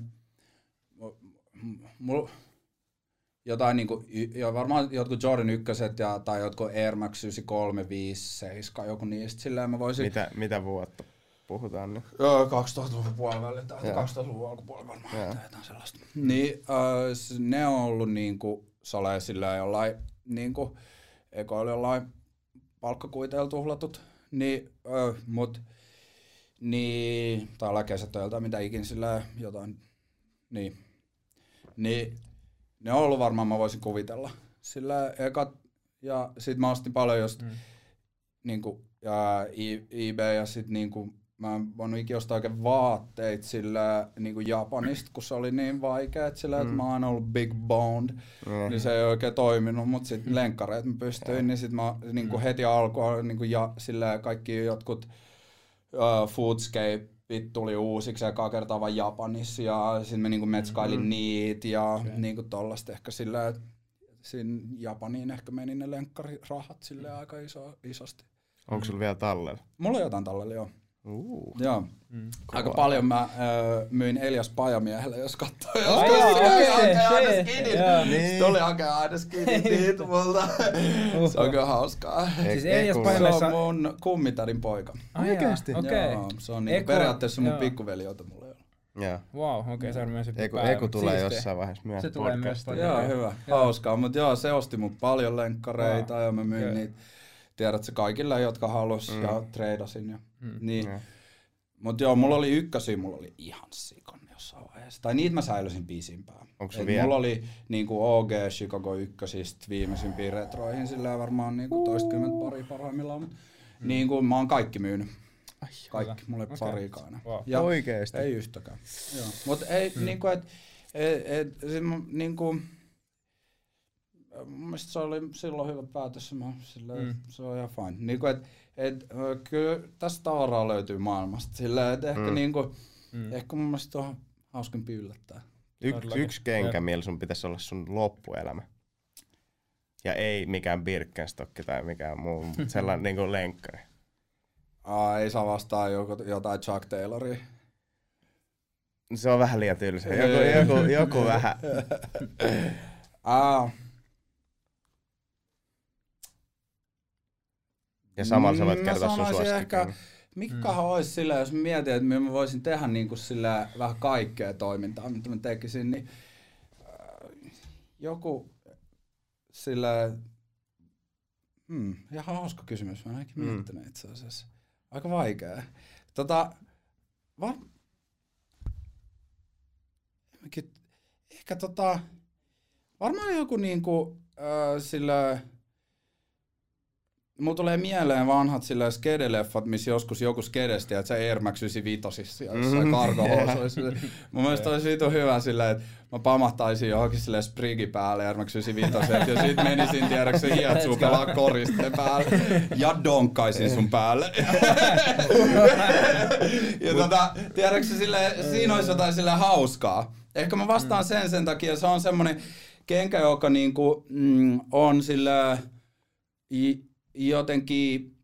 mulla jotain niinku, jo varmaan jotkut Jordan ykköset ja, tai jotkut Air Max yhdeksänkymmentäkolme, viisi, seitsemän, joku niistä silleen mä voisin... Mitä, mitä vuotta puhutaan nyt? Joo, kaksituhattaluvun puolivälillä tai kaksituhattaluvun alkupuolella varmaan, tai jotain sellaista. Niin, äh, ne on ollut niinku salee silleen jollain, niinku, eka oli jollain palkkakuiteilla tuhlatut, niin, äh, mut, niin, tai alakesätöillä tai mitä ikin silleen, jotain, niin. Niin ne on ollut varmaan, mä voisin kuvitella. Sillä ekat, ja sit mä ostin paljon just mm. niinku, ja eBay ja sit niinku, mä en voinut ikinä ostaa oikein vaatteita sillä niinku Japanista, kun se oli niin vaikea, että sillä, mm. että mä oon aina ollut big boned, mm. niin se ei oikein toiminut, mut sit mm. lenkkareet mä pystyin, mm. niin sit mä niinku heti alkuun niinku ja sillä kaikki jotkut uh, foodscapeit tuli uusiksi ja kertaa vaan Japanissa ja sit mä niinku metskailin mm. niitä ja okay. niinku tollaista ehkä sillä, että siinä Japaniin ehkä meni ne lenkkarirahat silleen aika iso, isosti. Onko sulla vielä tallella? Mulla on jotain tallella, joo. Uh. Joo. Mm. Aika paljon mä öö, myin Elias Pajamiehelle, jos katsoo. Jos oh, joo, okei, se tuli hakea aina skidit niitä multa. Se on kyllä hauskaa. Siis Elias Pajamiehessä... Se on mun kummitärin poika. Oikeesti? Okei. Joo, se on niinku periaatteessa mun pikkuveli, jota mulla ei ole. Joo. Wow, okei, okay, se on myös Eku, Eku tulee siistiä. Jossain vaiheessa myös se tulee myös Joo, hyvä. Joo. Hauskaa, mutta joo, se osti mut paljon lenkkareita wow. ja mä myin okay. niitä. Tiedätkö kaikille, jotka halus mm. ja treidasin. Ja, mm. niin. Mm. Mut joo, mulla oli ykkösiä, mulla oli ihan sikon jossain vaiheessa. Tai niitä mä säilysin pisimpään. Mulla oli niinku O G Chicago ykkösistä viimeisimpiin retroihin, sillä varmaan niinku toistakymmentä pari parhaimmillaan. Mut mm. niinku mä oon kaikki myynyt. Ai, kaikki, mulla ei okay. parikaan. Wow. Ja oikeesti? Ei yhtäkään. Joo. Mut ei mm. niinku, et, et, et, et niinku... Mun mielestä se oli silloin hyvä päätös, mä, silleen, mm. se on ihan fine. Niinku, et, et, kyllä tästä tavaraa löytyy maailmasta, silleen, et ehkä, mm. niinku, mm. ehkä mun mielestä on hauskampi yllättää. Yksi yks kenkä, millä sun pitäisi olla sun loppuelämä. Ja ei mikään Birkenstock tai mikään muu, mutta sellainen niinku lenkkari. Aa, ei saa vastaa joku, jotain Chuck Tayloria. Se on vähän liian tylsä. Joku, joku, joku vähän. Aa. Ja samalla sä voit kertoa sun suosikkeen. Mikkahan mm. olisi sillä, jos mä mietin, että mä voisin tehdä niinku sillä vähän kaikkea toimintaa, mitä mä tekisin, niin äh, joku sillä... Hmm, ihan hauska kysymys, mä en oikein mm. miettinyt itse asiassa. Aika vaikea. Tota, var... Ehkä tota... Varmaan joku niinku äh, sillä... Mulla tulee mieleen vanhat sillä skedeleffat, missä joskus joku skedesti, että se Air Max yhdeksänsataaviisikymmentäviisi jossain mm. kargohousuissa. Mun mielestä olisi vitu hyvä sillä, että mä pamahtaisin johonkin sille sprigi päälle Air Max yhdeksänsataaviisikymmentäviisi ja sit menisin tiedäks se hietsuu pelaa koriste päälle ja donkkaisin sun päälle. ja tota, tiedäks se sille, siinä olisi jotain sille hauskaa. Ehkä mä vastaan sen sen takia, se on semmonen kenkä, joka niinku, mm, on sillä... I, jotenkin,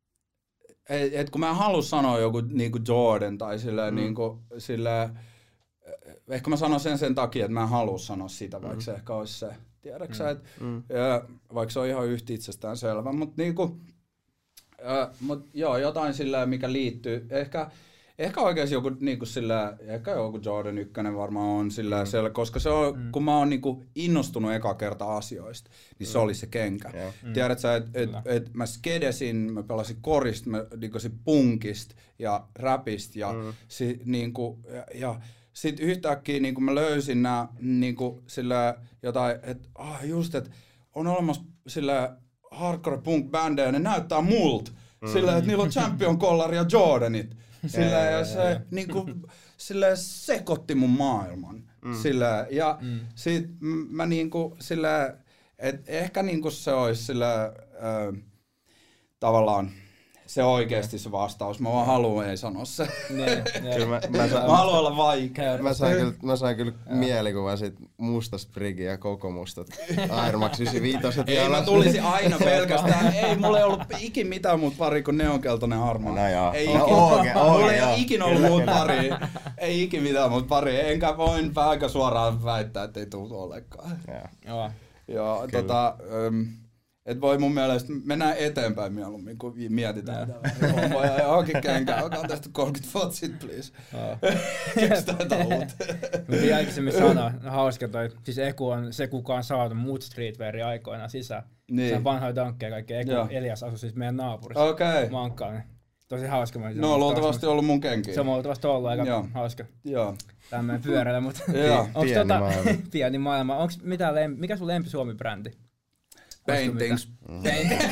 et, et kun mä en halua sanoa joku niinku Jordan tai sillä, mm. niinku, sillä, ehkä mä sanon sen sen takia, että mä en halua sanoa sitä, vaikka mm. se ehkä olisi se, tiedäksä, mm. et, mm. ja, vaikka se on ihan yhtä itsestään selvä, mutta niinku, äh, mut joo, jotain sillä, mikä liittyy, ehkä, ehkä oikeasti joku, niinku sillä, ehkä joku Jordan ykkönen varmaan on sillä, mm. siellä, koska se on, mm. kun mä oon niinku innostunut eka kertaa asioista, niin mm. se oli se kenkä. Yeah. Mm. Tiedätkö, että et, et mä skedesin, mä pelasin korista, mä dikkasin punkista ja rapista ja, mm. si, niinku, ja, ja sit yhtäkkiä niinku mä löysin nää niinku sillä jotain, että ah, just, että on olemassa sillä hardcore punk bändejä ja ne näyttää multa. Mm. Sillä, että niillä on Champion-kollari ja Jordanit. Sillä ja, ja se ja. Niinku, sillä sekoitti mun maailman. Mm. Sillä, ja mm. sit mä niinku sillä, et ehkä niinku se olisi sillä äh, tavallaan se oikeesti se vastaus. Mä vaan haluan ei sanoa se. Kyllä mä, mä, saan, mä haluan olla vaikea. Mä sain kyllä, mä sain kyllä mielikuvan sit mustasta Sprigi ja koko mustat Air Max yhdeksänkymmentäviisi. Ei mä tulisin aina pelkästään. Ei mulla ei ollut ikin mitään muuta pari kuin neonkeltainen harmaa. No joo. Ei ikin, no, okay, okay, mulla ei okay, ikin ollut muuta pari. Ei ikin mitään muuta pari. Enkä voin aika suoraan väittää, että ei tule ollenkaan. Joo. Joo, tota... Um, et voi mun mielestä mennään eteenpäin mieluummin, kun mietitään tätä hommaa ja johonkin kenkään. Olkaan tästä kolmekymmentä vuotta sit, please. Keksitään jotain uutta. Mutta aikaisemmin sanoa, hauska toi, siis Eku on se, kuka on saatu muut streetwearia aikoinaan sisään. Niin. Se on vanhoja dankkeja kaikki. Eku, Elias asui siis meidän naapurissa. Okei. Okay. Mankkainen. tosi hauska. Mä no on luultavasti ollut mun kenkiä. Se on luultavasti ollut aika Joo. hauska. Joo. Tämmöinen pyörällä, mutta onks pieni tota, maailma. pieni maailma. Onks mitään lem- mikä sun lempi Suomi-brändi? Paintings. Paintings.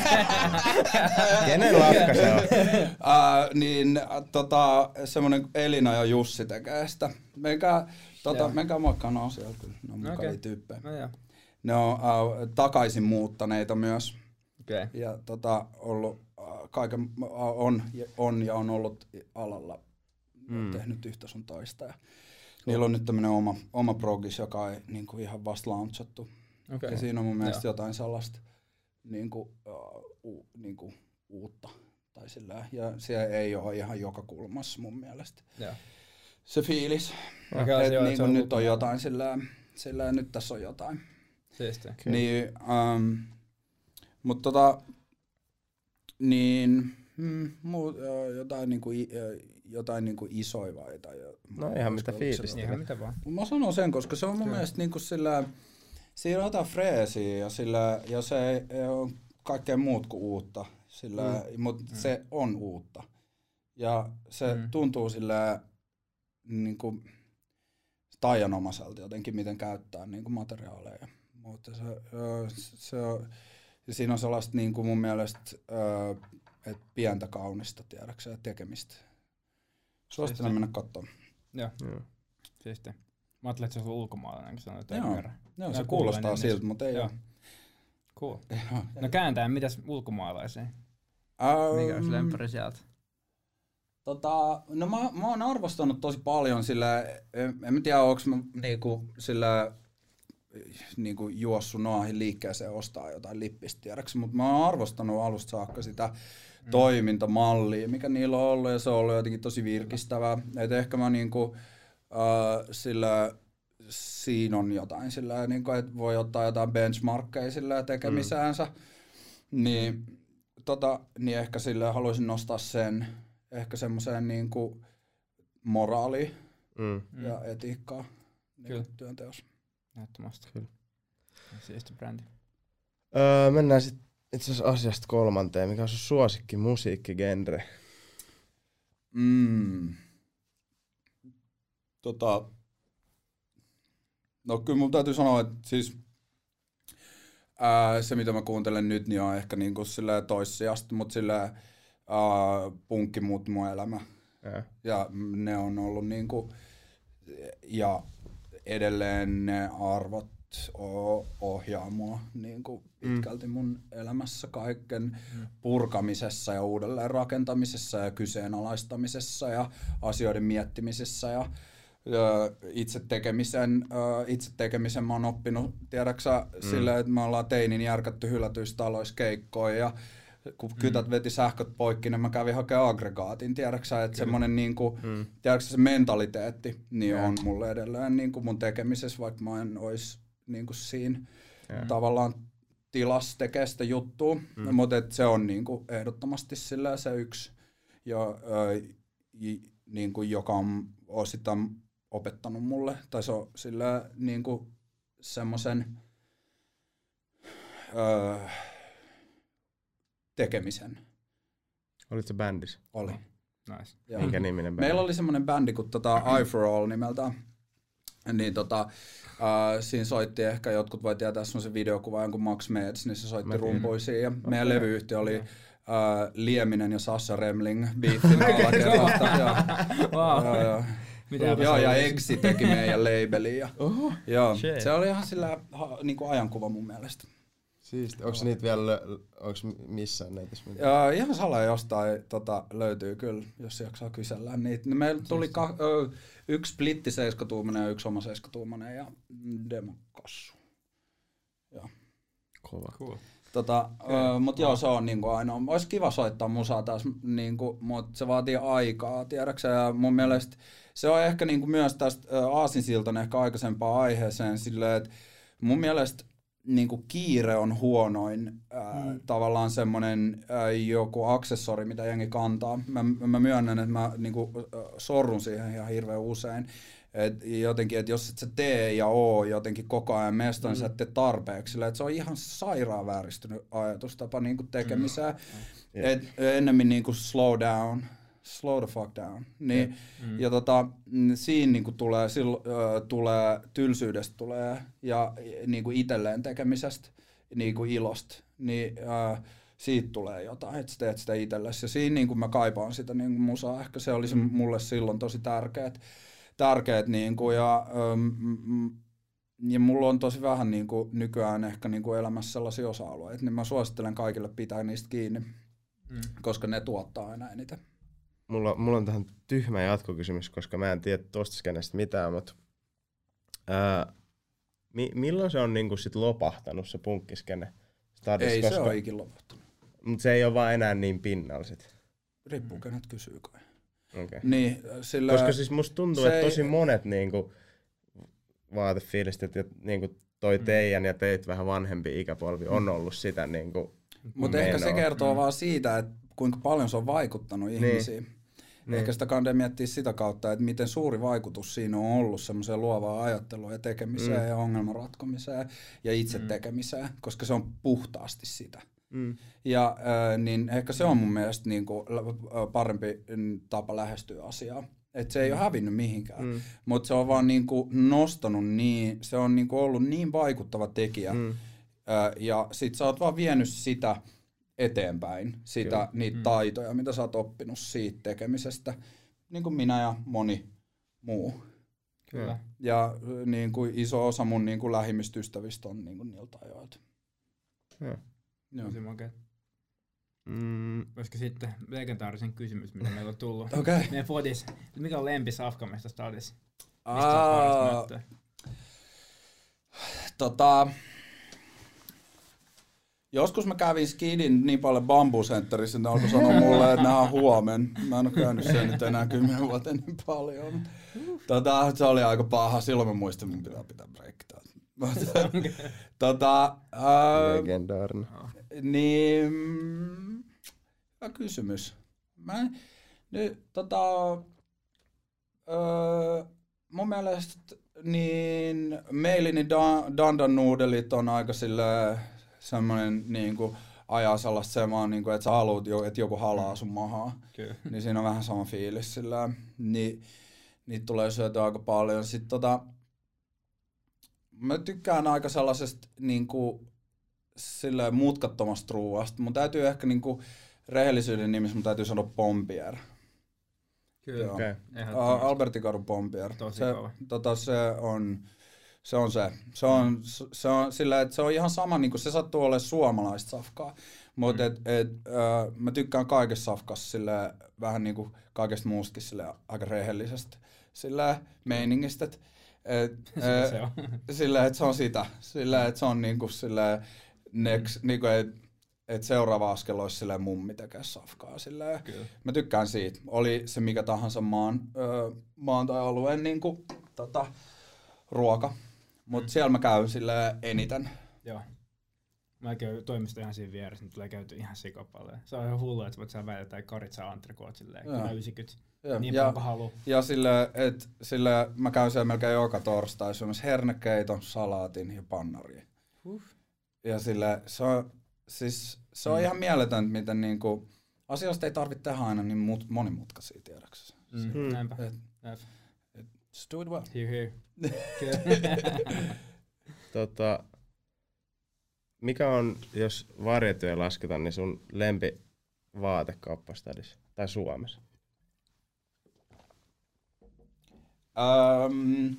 Kenen lafka se on? uh, niin äh, tota, semmonen Elina ja Jussi tekee sitä. Menkää, tota, menkää moikkaan, ne on siellä kyllä. Ne on mukavia Okay. tyyppejä. No joo. Ne on uh, takaisin muuttaneita myös. Okei. Okay. Ja tota, ollut uh, kaiken, uh, on, on ja on ollut alalla mm. tehnyt yhtä sun toista. Ja niillä on nyt tämmönen oma, oma progis, joka ei niinku ihan vasta launchattu. Okay. Ja siinä on mun mielestä Joo. jotain sellaista niinku, uh, u, niinku, uutta. Tai sillä, ja se ei ole ihan joka kulmassa mun mielestä. Joo. Se fiilis. Okay, Et joo, niinku se on nyt on ulkomailla. jotain sillä, sillä nyt tässä on jotain. Siistiä. Niin, um, mutta tota, niin, mm, muu, jotain, niinku, jotain niinku isoja vai tai No ihan mitä fiilistä. Ihan mitä vaan. Mä sanon sen, koska se on mun Kyllä. mielestä niinku sillä, siinä on jotain freesiä ja, sillä, ja se ei, ei ole kaikkea muut kuin uutta, sillä, mm. mutta mm. se on uutta. Ja se mm. tuntuu sillä niinku taianomaiselta jotenkin, miten käyttää niinku materiaaleja. Mutta se, se on, ja siinä on sellaista niinku mun mielestä et pientä kaunista, tiedäksä, tekemistä. Suosittelen mennä katsomaan. Joo. Joo. Siistiä. Mä ajattelin, että se on ulkomaalainen, kun sanoit Joo. verran. Joo, se Mä kuulostaa kuulen siltä, ennen. mutta ei Joo. ole. Cool. Joo. No kääntäen, mitäs ulkomaalaisia? Um, Mikä olisi lemppari sieltä? Tota, no mä, mä oon arvostanut tosi paljon sillä, en, en mä tiedä onks mä niinku sillä niinku juossut noihin liikkeeseen ostaa jotain lippistä tiedäks, mutta mä oon arvostanut alusta saakka sitä mm. toimintamallia, mikä niillä on ollut ja se on ollut jotenkin tosi virkistävää. Et ehkä mä niinku äh, sillä siinä on jotain sillä niinku, että voi ottaa jotain benchmarkkeja sillä tekemisäänsä, mm. niin, tota, niin ehkä sillä haluaisin nostaa sen ehkä semmoiseen niinku moraaliin Mm. ja etiikkaa Kyllä. niin työnteossa. Näyttömästi. Kyllä. Siisti brändi. Öö, mennään sitten itse asiassa asiasta kolmanteen. Mikä on sun suosikki musiikkigenre? Mm. Tota, no kyllä mun täytyy sanoa, että siis ää, se mitä mä kuuntelen nyt, niin on ehkä niinku silleen toissijasta, mutta silleen ää, punkki muut mun elämä. Ja. Ja ne on ollut niinku, ja edelleen ne arvot o- ohjaa mua niinku pitkälti mun elämässä kaiken mm. purkamisessa ja uudelleen rakentamisessa ja kyseenalaistamisessa ja asioiden miettimisessä ja ja itse tekemisen, uh, itse tekemisen mä oon oppinut, tiedäksä, mm. silleen, että me ollaan teinin järkätty hylätyissä taloissa keikkoja ja kun kytät mm. veti sähköt poikki, niin mä kävin hakemaan aggregaatin, tiedäksä, että semmonen niinku, mm. tiedäksä se mentaliteetti, niin yeah. on mulle edelleen niinku mun tekemisessä, vaikka mä en ois niinku siinä yeah. tavallaan tilas tekee sitä juttua, mm. mutta se on niinku ehdottomasti sillä se yksi, ja, ö, j, niinku, joka on osittain opettanut mulle, tai se on sillä niinku semmosen öö, tekemisen. Olit se bändissä? Oli. Nice. Ja Minkä niminen bändi? meillä oli semmoinen bändi kuin tota Eye for All nimeltään. Niin tota, äh, siinä soitti ehkä, jotkut voi tietää semmoisen videokuvan jonkun Max Meds, niin se soitti rumpuisia. Ja okay. meidän levyyhtiö oli äh, Lieminen ja Sasha Remling biittin alla. Wow. Joo, ja Exi teki meidän labelin. Ja, Oho, joo, shit. se oli ihan sillä ha, niinku ajankuva mun mielestä. Siisti. Onko niitä vielä, onko missään netissä? Ja ihan salaa jostain tota, löytyy kyllä, jos jaksaa kysellä niitä. Meillä tuli ka- ö, yksi splitti seiskatuumainen ja yksi oma seiskatuumainen ja demokassu. Joo. Kova. Cool. Tota, ö, mut joo, se on niinku ainoa. Ois kiva soittaa musaa taas, niinku, mut se vaatii aikaa, tiedäksä. Ja mun mielestä se on ehkä niinku myös tästä aasinsiltana ehkä aikaisempaan aiheeseen silleen, että mun mielestä niinku kiire on huonoin ää, mm. tavallaan semmonen ää, joku aksessori, mitä jengi kantaa. Mä, mä myönnän, että mä niinku, sorrun siihen ihan hirveän usein. Et jotenkin, että jos et sä tee ja oo jotenkin koko ajan mesto, niin mm. sä et tee tarpeeksi. Sillä, että se on ihan sairaan vääristynyt ajatustapa niinku tekemiseen. Mm. Et ennemmin niinku slow down. Slow the fuck down. Niin, mm. Ja tota, siinä niinku tulee, sil, uh, tulee, tylsyydestä tulee ja niinku itselleen tekemisestä, niinku ilosta, niin uh, siitä tulee jotain, että sä teet sitä itsellesi. Ja siinä niinku mä kaipaan sitä niinku musaa. Ehkä se oli se mm. mulle silloin tosi tärkeät. tärkeät niinku, ja, um, ja mulla on tosi vähän niinku, nykyään ehkä niinku elämässä sellaisia osa-alueita, niin mä suosittelen kaikille pitää niistä kiinni, mm. koska ne tuottaa aina eniten. Mulla, mulla on tähän tyhmä jatkokysymys, koska mä en tiedä tosta skenestä mitään, mutta ää, mi, milloin se on niinku sit lopahtanut se punkkiskene? Stadissa, ei koska, se ole ikin lopahtanut. Mutta se ei ole vaan enää niin pinnalla sit. Riippuu kenet kysyy kai. Okay. Niin, sillä koska siis musta tuntuu, että tosi ei... monet niinku vaatefiilistit ja niinku toi mm. teidän ja teit vähän vanhempi ikäpolvi on ollut sitä niinku. Mutta ehkä se kertoo mm. vaan siitä, että kuinka paljon se on vaikuttanut niin. ihmisiin. Niin. Ehkä sitä kannattaa miettiä sitä kautta, että miten suuri vaikutus siinä on ollut semmoiseen luovaan ajatteluun ja tekemiseen mm. ja ongelman ratkomiseen ja itse mm. tekemiseen, koska se on puhtaasti sitä. Mm. Ja äh, niin ehkä se on mun mielestä niinku parempi tapa lähestyä asiaa. Että se ei mm. ole hävinnyt mihinkään, mm. mutta se on vaan niinku nostanut niin, se on niinku ollut niin vaikuttava tekijä. Mm. Äh, ja sit sä oot vaan vienyt sitä eteenpäin, sitä, Kyllä. niitä mm. taitoja, mitä sä oot oppinut siitä tekemisestä, niin kuin minä ja moni muu. Kyllä. Ja niin kuin iso osa mun niin kuin lähimmistä ystävistä on niin kuin niiltä ajoilta. Tosi makea. Mm. Olisiko sitten legendaarisen kysymys, mitä meillä on tullut? Okay. Meidän fodis. Mikä on lempi Safkamesta stadissa? Aa, tota... Joskus mä kävin skidin niin paljon Bamboo Centerissä, että ne alkoi sanoa mulle, että nämä on huomen. Mä en ole käynyt sen nyt enää kymmenen vuoteen niin paljon. Tota, se oli aika paha. Silloin mä muistin, että mun pitää pitää breakkiä. tota, Legendaarinen. Niin, hyvä kysymys. Mä, nyt, tota, öö, mun mielestä niin meilini dan, dandan nuudelit on aika silleen, semmoinen niinku ajaa sellaista semaa, niinku, että sä haluut, että joku halaa sun mahaa. Kyllä. Niin siinä on vähän sama fiilis sillä. Ni, niitä tulee syötyä aika paljon. Sitten tota, mä tykkään aika sellaisesta niinku, silleen mutkattomasta ruuasta. Mun täytyy ehkä niinku, rehellisyyden nimissä mun täytyy sanoa pompier. Kyllä. Okay. Albertikadun pompier. Se, tota, se on... Se on se. Se on, se on sillä, että se on ihan sama, niin kuin se sattuu olemaan suomalaista safkaa. Mutta mm. et, et, äh, mä tykkään kaikesta safkasta sillä vähän niin kuin kaikesta muustakin sillä aika rehellisestä sillä meiningistä. Et, et, se on. Sillä, että se on sitä. Sillä, että se on niin kuin sillä next, niin kuin, että et seuraava askel olisi sillä mummi tekee safkaa. Sillä, mä tykkään siitä. Oli se mikä tahansa maan, ö, maan tai alueen niin kuin, tota, ruoka. Mutta mm. siellä mä käyn silleen eniten. Joo. Mä käyn toimisto ihan siinä vieressä, niin tulee käyty ihan sikapalleen. Se on ihan hullu, että voit sä välillä tai karitsaa antrekoot silleen, kyllä yhdeksänkymmentä. Ja, niin paljon kuin haluu. Ja silleen, että sille mä käyn siellä melkein joka torstai syömässä hernekeiton, salaatin ja pannaria. Huh. Ja sille se on, siis, se on mm. ihan mieletöntä, miten niinku, asioista ei tarvitse tehdä aina niin mut, monimutkaisia tiedäksesi. Mm. Näinpä. Et, et, et, just do it well. Here, here. tota, mikä on, jos varjetyö lasketaan, niin sun lempi vaatekauppa stadissa tai Suomessa? Um,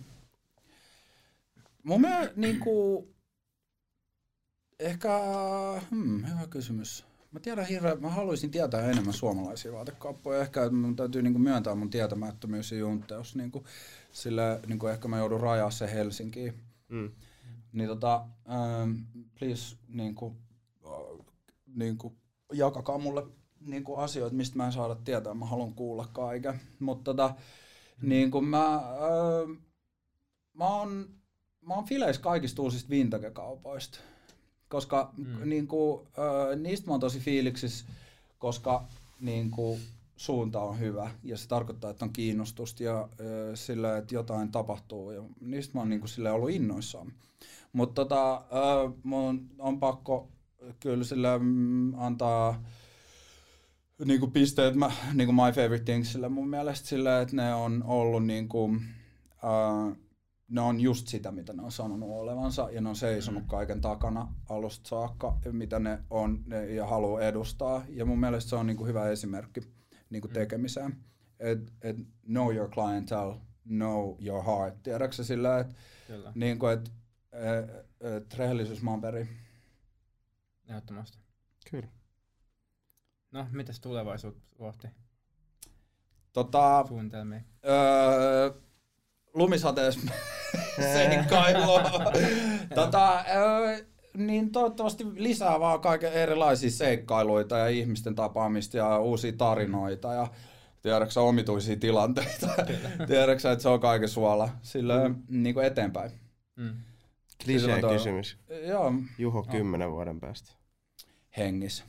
mun mielestä niinku, ehkä, hmm, hyvä kysymys. Mä tiedän hirveän, mä haluaisin tietää enemmän suomalaisia vaatekauppoja. Ehkä että mun täytyy niinku myöntää mun tietämättömyys ja juntteus. Niinku, sillä niinku ehkä mä joudun rajaa se Helsinkiin. Mm. Niin tota, um, please niinku, uh, niinku, jakakaa mulle niinku asioita, mistä mä en saada tietää. Mä haluan kuulla kaiken. Mutta tota, mm. niinku mä, uh, mä oon, mä oon fileissä kaikista uusista vintage-kaupoista. koska mm. niinku, ö, niistä mä oon tosi fiiliksissä, koska niinku, suunta on hyvä ja se tarkoittaa, että on kiinnostusta ja ö, sillä, että jotain tapahtuu ja niistä mä oon niinku, sillä ollut innoissaan. Mutta tota, mun on pakko kyllä sillä mm, antaa niinku pisteet mä, niinku my favorite things sillä mun mielestä sillä, että ne on ollut niinku, uh, ne on just sitä, mitä ne on sanonut olevansa ja ne on seisonut kaiken takana alusta saakka, mitä ne on ne, ja haluaa edustaa ja mun mielestä se on niinku hyvä esimerkki niinku tekemiseen. Et, et know your clientele, know your heart. Tiedätkö sä sillä, että niinku, et, et, et rehellisyys maan perin. Ehdottomasti. Kyllä. No, mitäs tulevaisuutta kohti? Tota, Suunnitelmia. Öö, lumisateessa seikkailua. tota, öö, niin toivottavasti lisää vaan kaiken erilaisia seikkailuita ja ihmisten tapaamista ja uusia tarinoita ja tiedätkö sä omituisia tilanteita. Tiedätkö sä, että se on kaiken suola sillä mm. niin kuin eteenpäin. Mm. Kliseen kysymys. Joo. Juho kymmenen oh. vuoden päästä. Hengissä.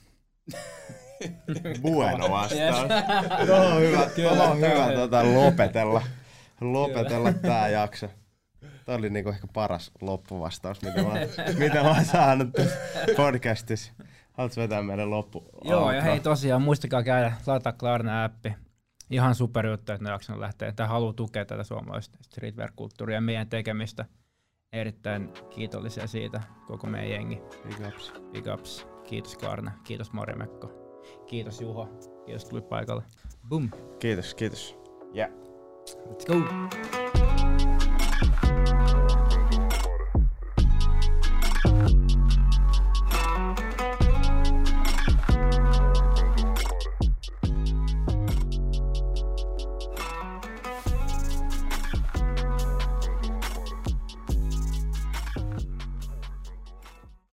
Bueno vastaus. Tuo on hyvä, Tuo on hyvä tota, lopetella, lopetella tää jakso. Tämä oli niinku ehkä paras loppuvastaus, mitä mä, mitä mä oon saanut tässä podcastissa. Haluatko vetää meidän loppu? Joo, alkaa? Ja hei tosiaan, muistakaa käydä laittaa Klarna-appi. Ihan super juttu, että ne jaksanut lähteä. Tämä haluaa tukea tätä suomalaista streetwear-kulttuuria ja meidän tekemistä. Erittäin kiitollisia siitä, koko meidän jengi. Big ups. Big ups. Kiitos Klarna, kiitos Marimekko. Kiitos Juho, kiitos tuli paikalle. Boom. Kiitos, kiitos. Yeah. Let's go.